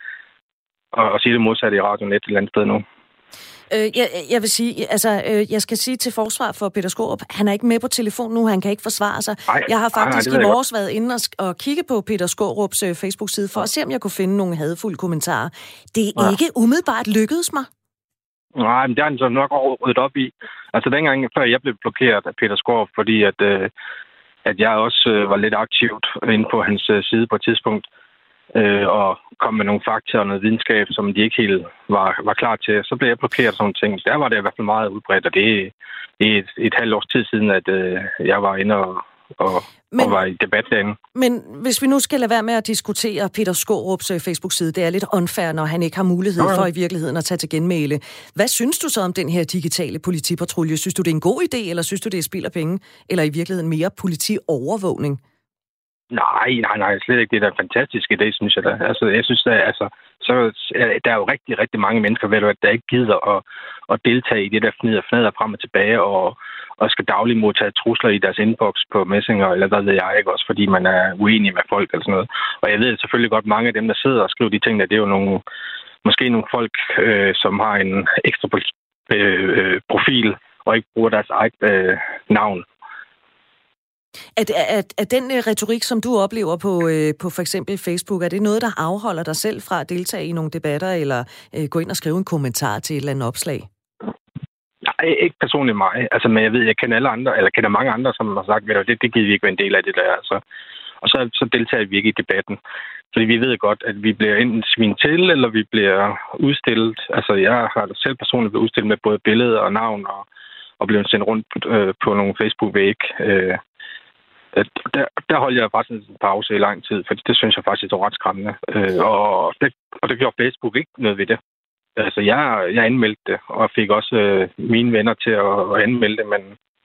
og, og siger det modsatte i radioen et eller andet sted nu. Øh, jeg, jeg vil sige, altså, øh, jeg skal sige til forsvar for Peter Skaarup, han er ikke med på telefon nu, han kan ikke forsvare sig. Ej, jeg har faktisk nej, nej, i morges været inde og, og kigge på Peter Skaarups øh, Facebook-side for at se, om jeg kunne finde nogle hadfulde kommentarer. Det er ja. ikke umiddelbart lykkedes mig. Nej, men det har han så nok ryddet op i. Altså dengang, før jeg blev blokeret af Peter Skaarup, fordi at, øh, at jeg også øh, var lidt aktivt inde på hans øh, side på et tidspunkt, øh, og kom med nogle fakta og noget videnskab, som de ikke helt var, var klar til. Så blev jeg blokeret af sådan nogle ting. Der var det i hvert fald meget udbredt, og det er et, et halvt års tid siden, at øh, jeg var inde og, og, men, og var i debat derinde. Men hvis vi nu skal lade være med at diskutere Peter Skaarups øh, Facebook-side, det er lidt unfair, når han ikke har mulighed okay. for i virkeligheden at tage til genmæle. Hvad synes du så om den her digitale politipatrulje? Synes du, det er en god idé, eller synes du, det er spild af penge? Eller i virkeligheden mere politiovervågning? Nej, nej, nej, slet ikke. Det er da en fantastisk idé, synes jeg da. Altså, jeg synes, at altså, så, der er jo rigtig, rigtig mange mennesker, ved du, der ikke gider at, at deltage i det der fnider, fnader frem og tilbage, og, og skal dagligt modtage trusler i deres inbox på Messenger, eller hvad ved jeg ikke, også fordi man er uenig med folk eller sådan noget. Og jeg ved selvfølgelig godt, mange af dem, der sidder og skriver de ting, der, det er jo nogle, måske nogle folk, øh, som har en ekstra øh, profil, og ikke bruger deres eget øh, navn. At, at, at den retorik, som du oplever på, øh, på for eksempel Facebook, er det noget, der afholder dig selv fra at deltage i nogle debatter, eller øh, gå ind og skrive en kommentar til et eller andet opslag? Nej, ikke personligt mig. Altså, men jeg ved, jeg kender alle andre, eller kender mange andre, som har sagt, at det, det gider vi ikke være en del af det der. Altså. Og så, så deltager vi ikke i debatten. Fordi vi ved godt, at vi bliver enten svint til, eller vi bliver udstillet. Altså, jeg har selv personligt blevet udstillet med både billeder og navn, og, og blevet sendt rundt øh, på nogle Facebook-væg. Øh, Der, der holdt jeg faktisk en pause i lang tid, for det synes jeg faktisk er ret skræmmende. Øh, og, det, og det gjorde Facebook ikke noget ved det. Altså, jeg, jeg anmeldte det, og fik også øh, mine venner til at, at anmelde det, men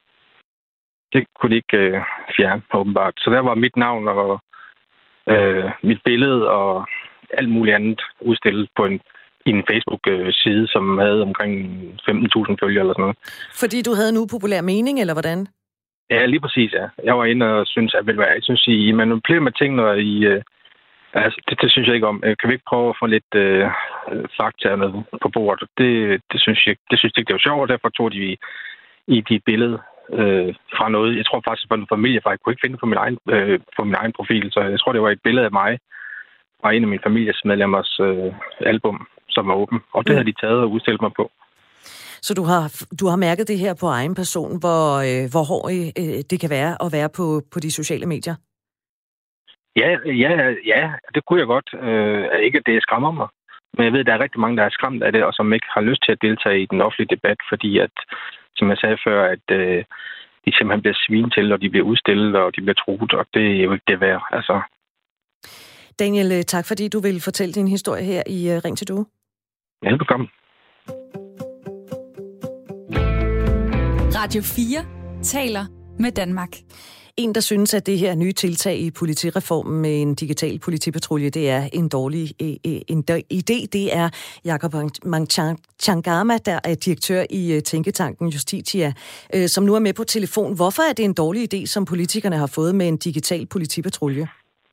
det kunne de ikke øh, fjerne, åbenbart. Så der var mit navn og øh, mit billede og alt muligt andet udstillet på en, i en Facebook-side, som havde omkring femten tusind følgere eller sådan noget. Fordi du havde en upopulær mening, eller hvordan? Ja, lige præcis, ja. Jeg var inde og synes, at jeg synes, at I manipulerer med ting, når I... Øh, altså, det, det synes jeg ikke om. Kan vi ikke prøve at få lidt øh, fakta med på bordet? Det, det synes jeg det synes jeg ikke, det var sjovt, og derfor tog de i de billede øh, fra noget. Jeg tror faktisk, det var en familie, for jeg kunne ikke finde på min egen, øh, på min egen profil, så jeg tror, det var et billede af mig fra en af min families medlemmers øh, album, som var åben. Og det mm. havde de taget og udstillet mig på. Så du har, du har mærket det her på egen person, hvor, øh, hvor hård øh, det kan være at være på, på de sociale medier? Ja, ja, ja, det kunne jeg godt. Øh, ikke, at det skræmmer mig. Men jeg ved, at der er rigtig mange, der er skræmt af det, og som ikke har lyst til at deltage i den offentlige debat, fordi at, som jeg sagde før, at øh, de simpelthen bliver svin til, og de bliver udstillet, og de bliver truet, og det er jo ikke det værd. Altså. Daniel, tak fordi du vil fortælle din historie her i uh, Ring til Due. Ja, velkommen. Radio fire taler med Danmark. En, der synes, at det her nye tiltag i politireformen med en digital politipatrulje, det er en dårlig en idé, det er Jakob Mchangama, der er direktør i tænketanken Justitia, som nu er med på telefon. Hvorfor er det en dårlig idé, som politikerne har fået med en digital politipatrulje?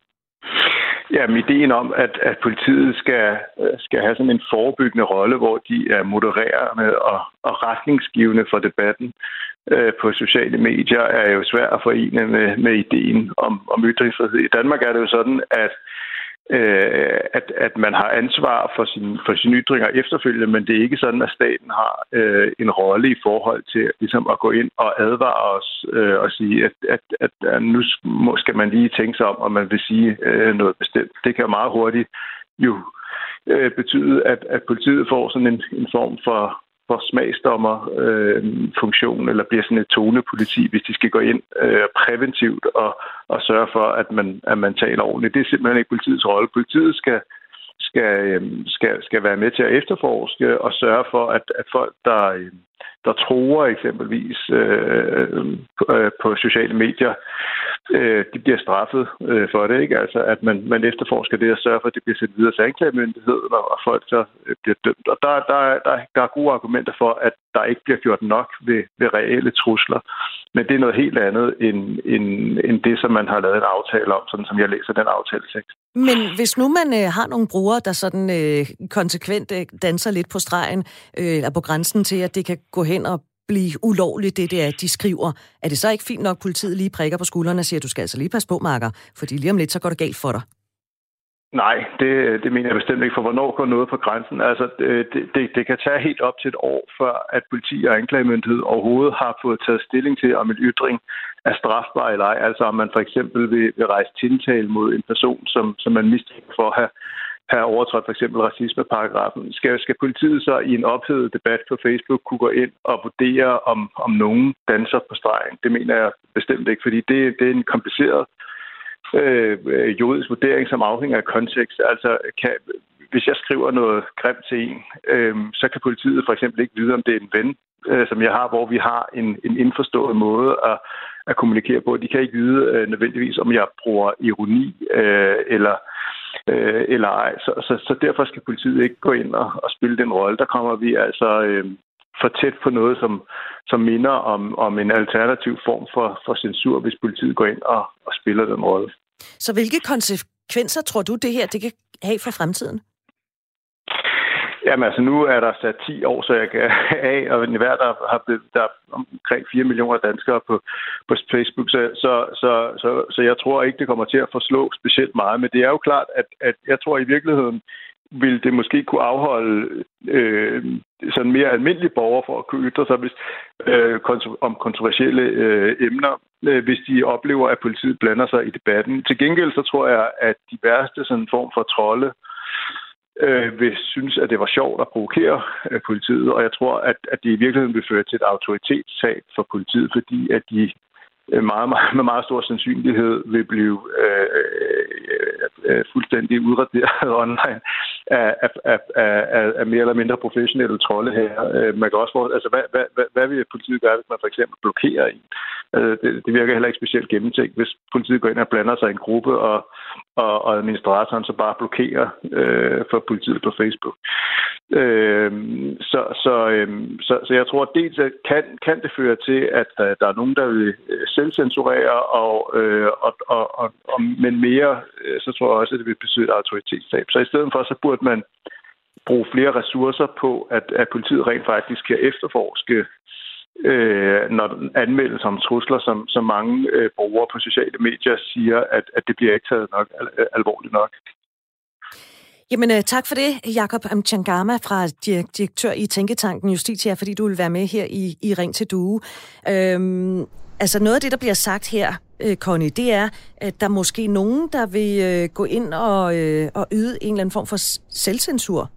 Jamen, ideen om, at, at politiet skal, skal have sådan en forebyggende rolle, hvor de er modererende og, og retningsgivende for debatten øh, på sociale medier, er jo svært at forene med, med ideen om, om ytringsfrihed. I Danmark er det jo sådan, at Øh, at, at man har ansvar for, sin, for sine ytringer efterfølgende, men det er ikke sådan, at staten har øh, en rolle i forhold til ligesom at gå ind og advare os øh, og sige, at, at, at, at nu skal man lige tænke sig om, om man vil sige øh, noget bestemt. Det kan meget hurtigt jo øh, betyde, at, at politiet får sådan en, en form for for smagsdommer øh, funktion, eller bliver sådan et tonepoliti, hvis de skal gå ind øh, præventivt og, og sørge for, at man, at man taler ordentligt. Det er simpelthen ikke politiets rolle. Politiet skal, skal, øh, skal, skal være med til at efterforske og sørge for, at, at folk, der, øh, der truer eksempelvis øh, på, øh, på sociale medier, øh, de bliver straffet øh, for det. Ikke? Altså, at man, man efterforsker det og sørger for, at det bliver sendt videre til anklagemyndigheden, og folk så øh, bliver dømt. Og der, der, der, der er gode argumenter for, at der ikke bliver gjort nok ved, ved reelle trusler. Men det er noget helt andet end, end, end det, som man har lavet en aftale om, sådan som jeg læser den aftaletekst. Men hvis nu man øh, har nogle brugere, der sådan øh, konsekvent øh, danser lidt på stregen, øh, eller på grænsen til, at det kan gå hen og blive ulovligt, det det er, de skriver, er det så ikke fint nok, politiet lige prikker på skuldrene og siger, du skal altså lige passe på, makker, fordi lige om lidt, så går det galt for dig? Nej, det, det mener jeg bestemt ikke, for hvornår går noget på grænsen? Altså, det, det, det kan tage helt op til et år, før at politi og anklagemyndighed overhovedet har fået taget stilling til, om en ytring er strafbar eller ej. Altså, om man for eksempel vil, vil rejse tiltale mod en person, som, som man mistænker for at have, have overtrådt for eksempel racismeparagrafen. Skal, skal politiet så i en ophedet debat på Facebook kunne gå ind og vurdere, om, om nogen danser på stregen? Det mener jeg bestemt ikke, fordi det, det er en kompliceret Øh, juridisk vurdering, som afhænger af kontekst. Altså, kan, hvis jeg skriver noget grimt til en, øh, så kan politiet for eksempel ikke vide, om det er en ven, øh, som jeg har, hvor vi har en, en indforstået måde at, at kommunikere på. De kan ikke vide øh, nødvendigvis, om jeg bruger ironi øh, eller, øh, eller ej. Så, så, så derfor skal politiet ikke gå ind og, og spille den rolle. Der kommer vi altså øh, for tæt på noget, som, som minder om, om en alternativ form for, for censur, hvis politiet går ind og, og spiller den rolle. Så hvilke konsekvenser tror du, det her det kan have for fremtiden? Jamen altså, nu er der sat ti år, så jeg kan af, og hver der har blevet, der er omkring fire millioner danskere på, på Facebook, så, så, så, så, så jeg tror ikke, det kommer til at forslå specielt meget, men det er jo klart, at, at jeg tror i virkeligheden, vil det måske kunne afholde øh, sådan mere almindelige borgere for at kunne ytre sig hvis, øh, kontro- om kontroversielle øh, emner, øh, hvis de oplever, at politiet blander sig i debatten. Til gengæld så tror jeg, at de værste sådan form for trolde øh, vil synes, at det var sjovt at provokere øh, politiet, og jeg tror, at, at det i virkeligheden vil føre til et autoritetstab for politiet, fordi at de meget, meget, med meget stor sandsynlighed vil blive øh, øh, fuldstændig udraderet online af, af, af, af, af mere eller mindre professionelle trolde her. Man kan også få, altså, hvad, hvad, hvad vil politiet gøre, hvis man for eksempel blokerer en? Altså, det, det virker heller ikke specielt gennemtænkt, hvis politiet går ind og blander sig i en gruppe, og, og, og administratoren så bare blokerer øh, for politiet på Facebook. Øh, så, så, øh, så, så jeg tror, at dels kan, kan det føre til, at der, der er nogen, der vil selvcensurere, og, øh, og, og, og, og, men mere, så tror jeg også, at det vil betyde et autoritetstab. Så i stedet for, så burde man bruge flere ressourcer på, at, at politiet rent faktisk kan efterforske øh, når anmeldelser om trusler, som, som mange øh, brugere på sociale medier siger, at, at det bliver ikke taget nok al- alvorligt nok. Jamen, tak for det, Jakob Mchangama, fra direktør i Tænketanken Justitia, fordi du vil være med her i, i Ring til Due. Øhm, altså noget af det, der bliver sagt her, øh, Connie, det er, at der er måske nogen, der vil øh, gå ind og, øh, og yde en eller anden form for selvcensur.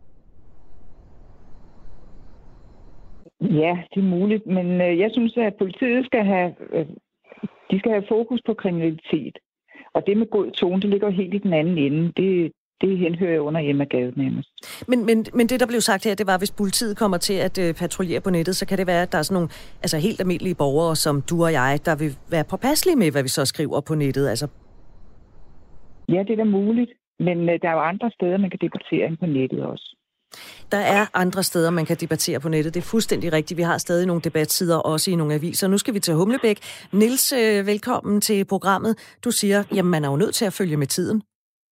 Ja, det er muligt, men øh, jeg synes, at politiet skal have, øh, de skal have fokus på kriminalitet. Og det med god tone, det ligger helt i den anden ende. Det, det henhører under Hjemmegade nærmest. Men, men, men det, der blev sagt her, det var, hvis politiet kommer til at øh, patruljere på nettet, så kan det være, at der er sådan nogle altså helt almindelige borgere, som du og jeg, der vil være påpasselige med, hvad vi så skriver på nettet. Altså. Ja, det er da muligt. Men øh, der er jo andre steder, man kan debattere end på nettet også. Der er andre steder, man kan debattere på nettet. Det er fuldstændig rigtigt. Vi har stadig nogle debatsider, også i nogle aviser. Nu skal vi til Humlebæk. Niels, øh, velkommen til programmet. Du siger, jamen man er jo nødt til at følge med tiden.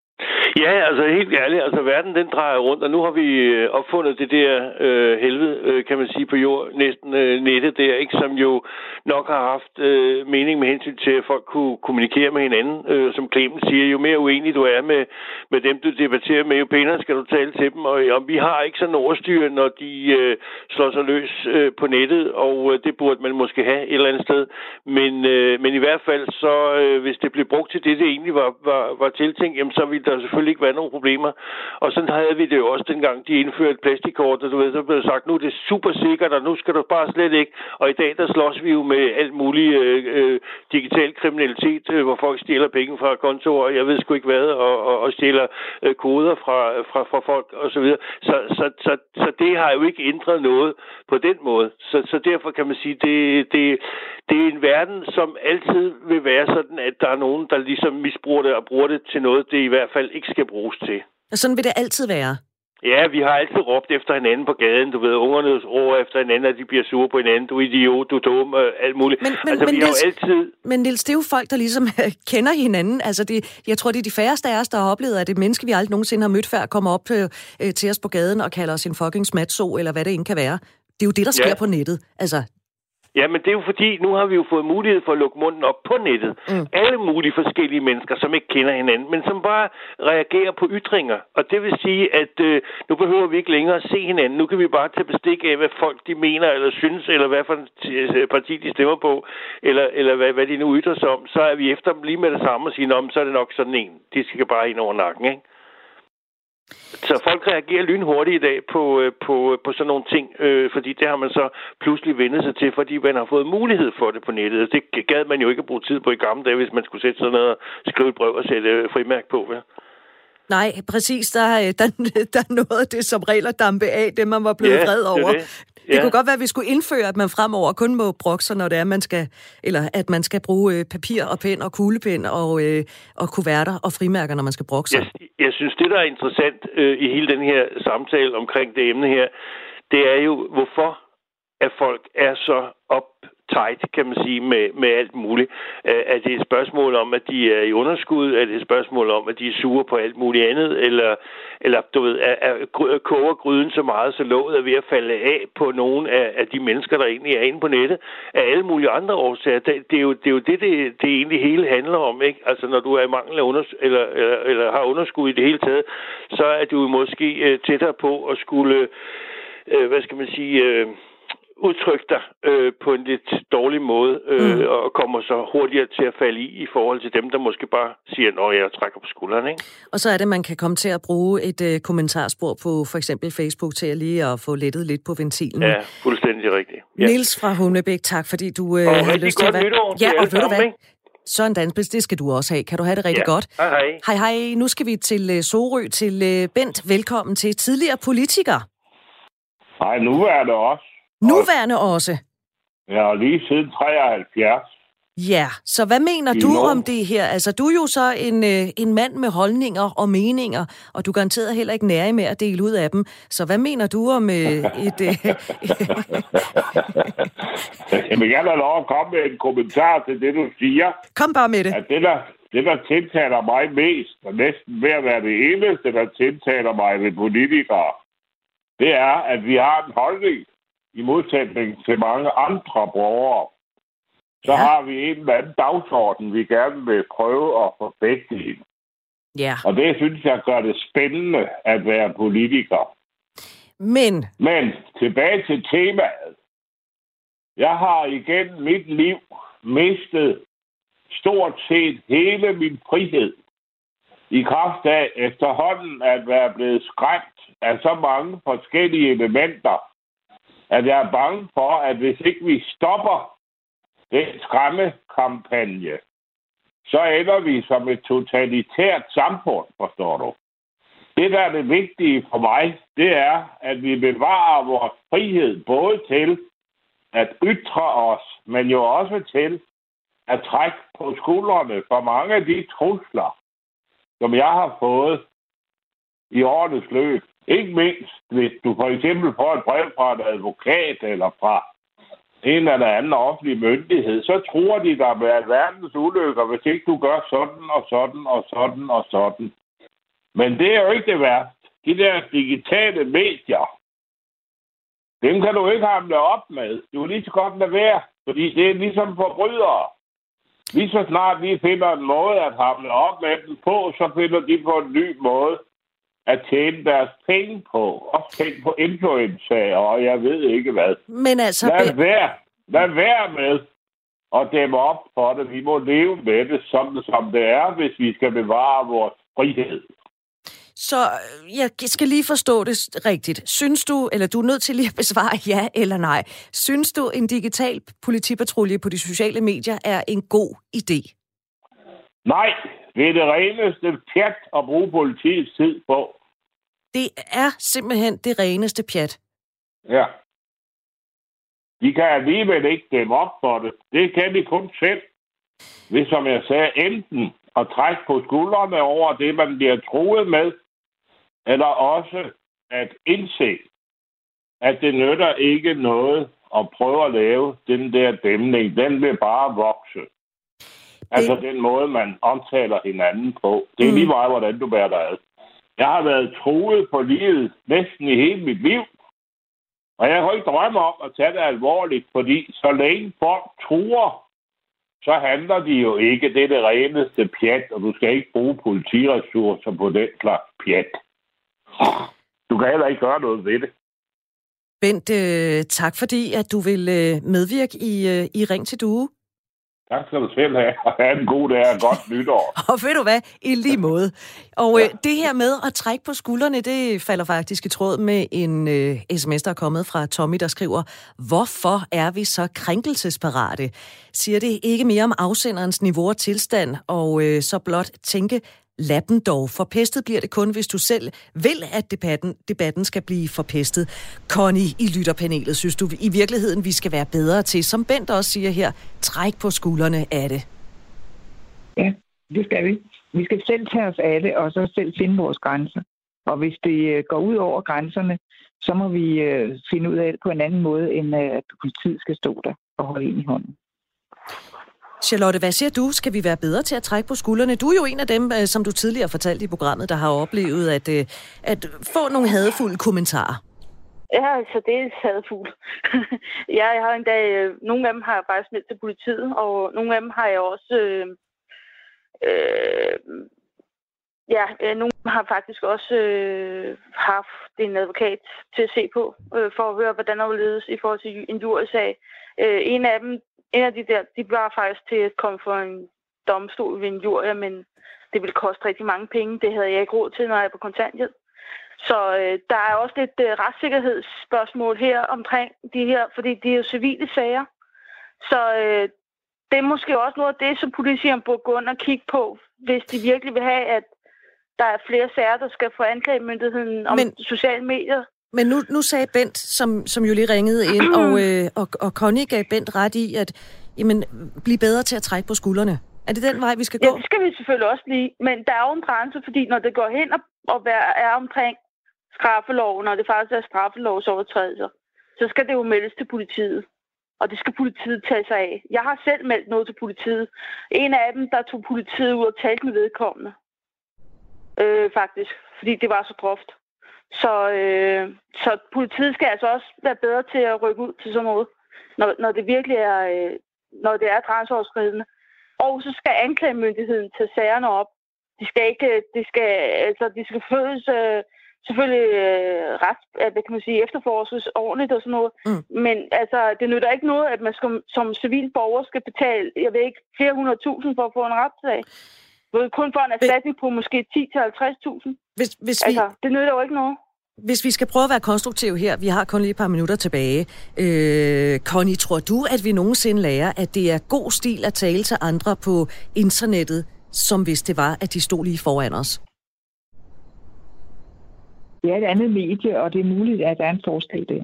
Ja, altså helt ærligt, altså verden den drejer rundt, og nu har vi opfundet det der øh, helvede, øh, kan man sige, på jord, næsten øh, nettet der, ikke, som jo nok har haft øh, mening med hensyn til, at folk kunne kommunikere med hinanden. Øh, som Clemens siger, jo mere uenig du er med, med dem, du debatterer med, jo pænere skal du tale til dem, og, og vi har ikke sådan ordstyre, når de øh, slår sig løs øh, på nettet, og øh, det burde man måske have et eller andet sted. Men, øh, men i hvert fald, så øh, hvis det blev brugt til det, det egentlig var, var, var tiltænkt, jamen så ville der selvfølgelig ikke være nogen problemer. Og sådan havde vi det jo også dengang, de indførte plastikkort, og du ved, så blev sagt, nu er det super sikkert, og nu skal du bare slet ikke. Og i dag, der slås vi jo med alt muligt øh, øh, digital kriminalitet, øh, hvor folk stjæler penge fra kontorer, jeg ved sgu ikke hvad, og, og, og stjæler øh, koder fra, fra, fra folk, og så videre. Så, så, så, så det har jo ikke ændret noget på den måde. Så, så derfor kan man sige, det, det, det er en verden, som altid vil være sådan, at der er nogen, der ligesom misbruger det og bruger det til noget, det i hvert fald ikke skal bruges til. Og sådan vil det altid være? Ja, vi har altid råbt efter hinanden på gaden. Du ved, ungerne råber efter hinanden, at de bliver sure på hinanden. Du er idiot, du er dum, alt muligt. Men, men, altså, men, vi Niels, har jo altid... men Niels, det er jo folk, der ligesom kender hinanden. Altså, det, jeg tror, det er de færreste af os, der har oplevet, at det menneske, vi aldrig nogensinde har mødt før, kommer op øh, til os på gaden og kalder os en fucking smatso, eller hvad det end kan være. Det er jo det, der sker ja. på nettet. Altså... Ja, men det er jo fordi, nu har vi jo fået mulighed for at lukke munden op på nettet. Mm. Alle mulige forskellige mennesker, som ikke kender hinanden, men som bare reagerer på ytringer. Og det vil sige, at øh, nu behøver vi ikke længere at se hinanden. Nu kan vi bare tage bestik af, hvad folk de mener eller synes, eller hvad for en parti de stemmer på, eller, eller hvad, hvad de nu ytrer sig om. Så er vi efter dem lige med det samme og siger, om så er det nok sådan en. De skal bare ind over nakken, ikke? Så folk reagerer lynhurtigt i dag på, på, på sådan nogle ting, øh, fordi det har man så pludselig vendt sig til, fordi man har fået mulighed for det på nettet. Det gad man jo ikke at bruge tid på i gamle dage, hvis man skulle sætte sådan noget og skrive et brev og sætte frimærk på. Ja? Nej, præcis. Der, der, der er noget af det, som regler dampe af, det man var blevet ja, vred over. Det, det ja. kunne godt være, at vi skulle indføre, at man fremover kun må brokke sig, når det er, man skal, eller at man skal bruge papir og pen og kuglepen og, øh, og kuverter og frimærker, når man skal brokke sig. Jeg, jeg synes, det, der er interessant øh, i hele den her samtale omkring det emne her, det er jo, hvorfor at folk er så uptight, kan man sige, med, med alt muligt. Er det et spørgsmål om, at de er i underskud? Er det et spørgsmål om, at de er sure på alt muligt andet? Eller, eller du ved, er, er, koger gryden så meget, så låget er ved at falde af på nogle af, af de mennesker, der egentlig er inde på nettet? Af alle mulige andre årsager. Det, det er jo det, er jo det, det, det egentlig hele handler om, ikke? Altså, når du er i mangel af unders- eller, eller, eller har underskud i det hele taget, så er du måske tættere på at skulle, øh, hvad skal man sige... Øh, udtryk dig øh, på en lidt dårlig måde, øh, mm. og kommer så hurtigere til at falde i, i forhold til dem, der måske bare siger, nå, jeg trækker på skulderen, ikke? Og så er det, man kan komme til at bruge et øh, kommentarspor på for eksempel Facebook til at lige at få lettet lidt på ventilen. Ja, fuldstændig rigtigt. Ja. Niels fra Humlebæk, tak fordi du øh, har lyst til at være... Nytår, ja, og ved du hvad? Ikke? Søren Dansbæs, det skal du også have. Kan du have det rigtig ja. godt? Hej, hej. Hej, hej. Nu skal vi til uh, Sorø, til uh, Bent. Velkommen til tidligere politiker. Hej, nu er det også. Nuværende også? Ja, lige siden treoghalvfjerds. Ja, så hvad mener I du nogen? om det her? Altså, du er jo så en, øh, en mand med holdninger og meninger, og du er garanteret heller ikke nærig med at dele ud af dem. Så hvad mener du om øh, et... Øh... Jeg vil gerne have lov at komme med en kommentar til det, du siger. Kom bare med det. At det, der, det, der tiltaler mig mest, og næsten ved at være det eneste, der tiltaler mig ved politikere, det er, at vi har en holdning, i modsætning til mange andre borgere, så ja. har vi en eller anden dagsorden, vi gerne vil prøve at forfægte. Ja. Og det synes jeg gør det spændende at være politiker. Men? Men tilbage til temaet. Jeg har igennem mit liv mistet stort set hele min frihed i kraft af efterhånden at være blevet skræmt af så mange forskellige elementer, at jeg er bange for, at hvis ikke vi stopper den skræmmekampagne, så ender vi som et totalitært samfund, forstår du. Det, der er det vigtige for mig, det er, at vi bevarer vores frihed både til at ytre os, men jo også til at trække på skuldrene for mange af de trusler, som jeg har fået i årenes løb. Ikke mindst, hvis du for eksempel får et brev fra en advokat eller fra en eller anden offentlig myndighed, så tror de der med alverdens ulykker, hvis ikke du gør sådan og sådan og sådan og sådan. Men det er jo ikke det værste. De der digitale medier, dem kan du ikke hamle op med. Du kan lige så godt lade være, fordi det er ligesom forbrydere. Lige så snart vi finder en måde at hamle op med dem på, så finder de på en ny måde at tjene deres penge på. Også tænke på influencer, og jeg ved ikke hvad. Men altså... Lad være, lad være med at dæmme op for det. Vi må leve med det, som, som det er, hvis vi skal bevare vores frihed. Så jeg skal lige forstå det rigtigt. Synes du, eller du er nødt til lige at besvare ja eller nej, synes du, en digital politipatrulje på de sociale medier er en god idé? Nej, det er det reneste pjat at bruge politiets tid på. Det er simpelthen det reneste pjat. Ja. De kan alligevel ikke dæmme op for det. Det kan de kun selv. Hvis, som jeg sagde, enten at trække på skuldrene over det, man bliver truet med, eller også at indse, at det nytter ikke noget at prøve at lave den der dæmning. Den vil bare vokse. Altså det... den måde, man omtaler hinanden på. Det er lige meget, hvordan du bærer dig ad. Jeg har været truet på livet næsten i hele mit liv. Og jeg har ikke drømme om at tage det alvorligt, fordi så længe folk truer, så handler de jo ikke. Det er det reneste pjat, og du skal ikke bruge politiressourcer på den slags pjat. Du kan heller ikke gøre noget ved det. Bent, øh, tak fordi, at du vil øh, medvirke i, øh, i Ring til Due. Tak skal du selv have. Ha' en god dag og godt nytår. Og ved du hvad? I lige måde. Og øh, det her med at trække på skuldrene, det falder faktisk i tråd med en øh, sms, der er kommet fra Tommy, der skriver: hvorfor er vi så krænkelsesparate? Siger det ikke mere om afsenderens niveau og tilstand, og øh, så blot tænke, lad dem dog. Forpestet bliver det kun, hvis du selv vil, at debatten, debatten skal blive forpestet. Connie i lytterpanelet, synes du i virkeligheden, vi skal være bedre til, som Bent også siger her, træk på skuldrene af det? Ja, det skal vi. Vi skal selv tage os af det, og så selv finde vores grænser. Og hvis det går ud over grænserne, så må vi finde ud af det på en anden måde, end at politiet skal stå der og holde ind i hånden. Charlotte, hvad siger du? Skal vi være bedre til at trække på skuldrene? Du er jo en af dem, som du tidligere fortalte i programmet, der har oplevet at, at få nogle hadefulde kommentarer. Ja, altså det er hadefuldt. Ja, jeg har endda, nogle af dem har jeg faktisk meldt til politiet, og nogle af dem har jeg også, øh, øh, ja, nogle har faktisk også øh, haft en advokat til at se på, øh, for at høre, hvordan der var ledes i forhold til en jurysag. Øh, en af dem, En af de der, de var faktisk til at komme for en domstol ved en jury, men det ville koste rigtig mange penge. Det havde jeg ikke råd til, når jeg er på kontanthjælp. Så øh, der er også lidt øh, retssikkerhedsspørgsmål her omkring de her, fordi det er jo civile sager. Så øh, det er måske også noget af det, som politikerne burde gå ind og kigge på, hvis de virkelig vil have, at der er flere sager, der skal få anklagemyndigheden om men... sociale medier. Men nu, nu sagde Bent, som, som jo lige ringede ind, og, øh, og, og Connie gav Bent ret i, at jamen, blive bedre til at trække på skuldrene. Er det den vej, vi skal gå? Ja, det skal vi selvfølgelig også lige. Men der er jo en grænse, fordi når det går hen og, og er omkring straffeloven, og det faktisk er straffelovsovertrædelser, så skal det jo meldes til politiet. Og det skal politiet tage sig af. Jeg har selv meldt noget til politiet. En af dem, der tog politiet ud og talte med vedkommende. Øh, faktisk. Fordi det var så groft. Så, øh, så politiet skal altså også være bedre til at rykke ud til sådan noget, når, når det virkelig er, øh, når det er grænseoverskridende. Og så skal anklagemyndigheden tage sagerne op. De skal ikke, de skal, altså, de skal føles øh, selvfølgelig øh, ret, hvad kan man sige, efterforskes ordentligt og sådan noget. Mm. Men altså, det nytter ikke noget, at man skal, som civil borger skal betale, jeg ved ikke, flere hundrede tusind for at få en retssag. Kun for en erstatning på måske ti til halvtreds tusind. Hvis, hvis vi... Altså, det nytter jo ikke noget. Hvis vi skal prøve at være konstruktive her, vi har kun lige et par minutter tilbage. Øh, Connie, tror du, at vi nogensinde lærer, at det er god stil at tale til andre på internettet, som hvis det var, at de stod lige foran os? Det er et andet medie, og det er muligt, at der er en forskel der.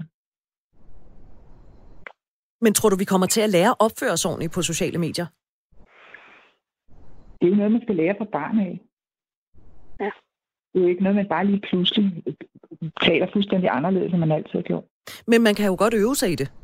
Men tror du, vi kommer til at lære at opføre os ordentligt på sociale medier? Det er jo noget, man skal lære fra barn af. Ja. Det er jo ikke noget, man bare lige pludselig taler fuldstændig anderledes, end man altid har gjort. Men man kan jo godt øve sig i det.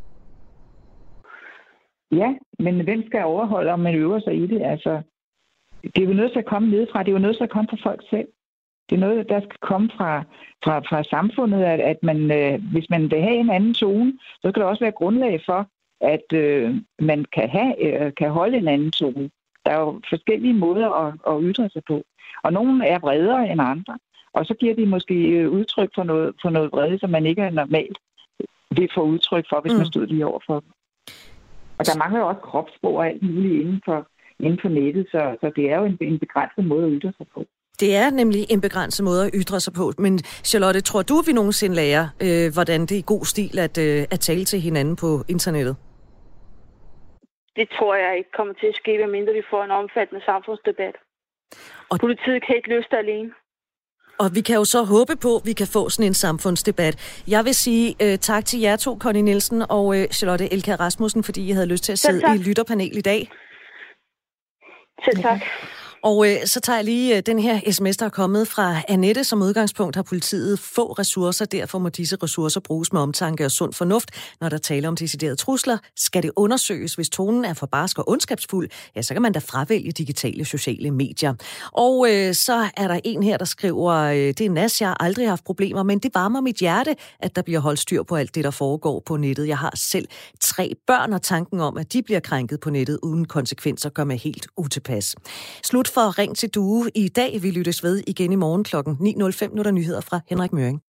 Ja, men hvem skal overholde, om man øver sig i det? Altså, det er jo noget, der kommer nedefra. Det er jo noget, der kommer fra folk selv. Det er noget, der skal komme fra, fra, fra samfundet, at, at man, øh, hvis man vil have en anden tone, så skal der også være grundlag for, at øh, man kan, have, øh, kan holde en anden tone. Der er jo forskellige måder at, at ytre sig på. Og nogle er vredere end andre. Og så giver de måske udtryk for noget, for noget vrede, som man ikke er normalt vil få udtryk for, hvis mm. man stod lige over for dem. Og der mangler jo også kropssprog og alt muligt inden for, inden for nettet, så, så det er jo en, en begrænset måde at ytre sig på. Det er nemlig en begrænset måde at ytre sig på. Men Charlotte, tror du, vi nogensinde lærer, øh, hvordan det er god stil at, øh, at tale til hinanden på internettet? Det tror jeg ikke kommer til at ske, medmindre vi får en omfattende samfundsdebat. Og politiet kan ikke løse det alene. Og vi kan jo så håbe på, at vi kan få sådan en samfundsdebat. Jeg vil sige uh, tak til jer to, Connie Nielsen og uh, Charlotte Elkjær Rasmussen, fordi I havde lyst til at sidde i lytterpanel i dag. Selv tak. Og øh, så tager jeg lige øh, den her sms, der er kommet fra Annette. Som udgangspunkt har politiet få ressourcer, derfor må disse ressourcer bruges med omtanke og sund fornuft. Når der taler om deciderede trusler, skal det undersøges. Hvis tonen er for barsk og ondskabsfuld, ja, så kan man da fravælge digitale sociale medier. Og øh, så er der en her, der skriver, øh, det er Nas, jeg har aldrig haft problemer, men det varmer mit hjerte, at der bliver holdt styr på alt det, der foregår på nettet. Jeg har selv tre børn, og tanken om, at de bliver krænket på nettet uden konsekvenser, gør mig helt utilpas. Slut for Ring til Due i dag. Vi lyttes ved igen i morgen klokken ni nul fem, når der nyheder fra Henrik Møring.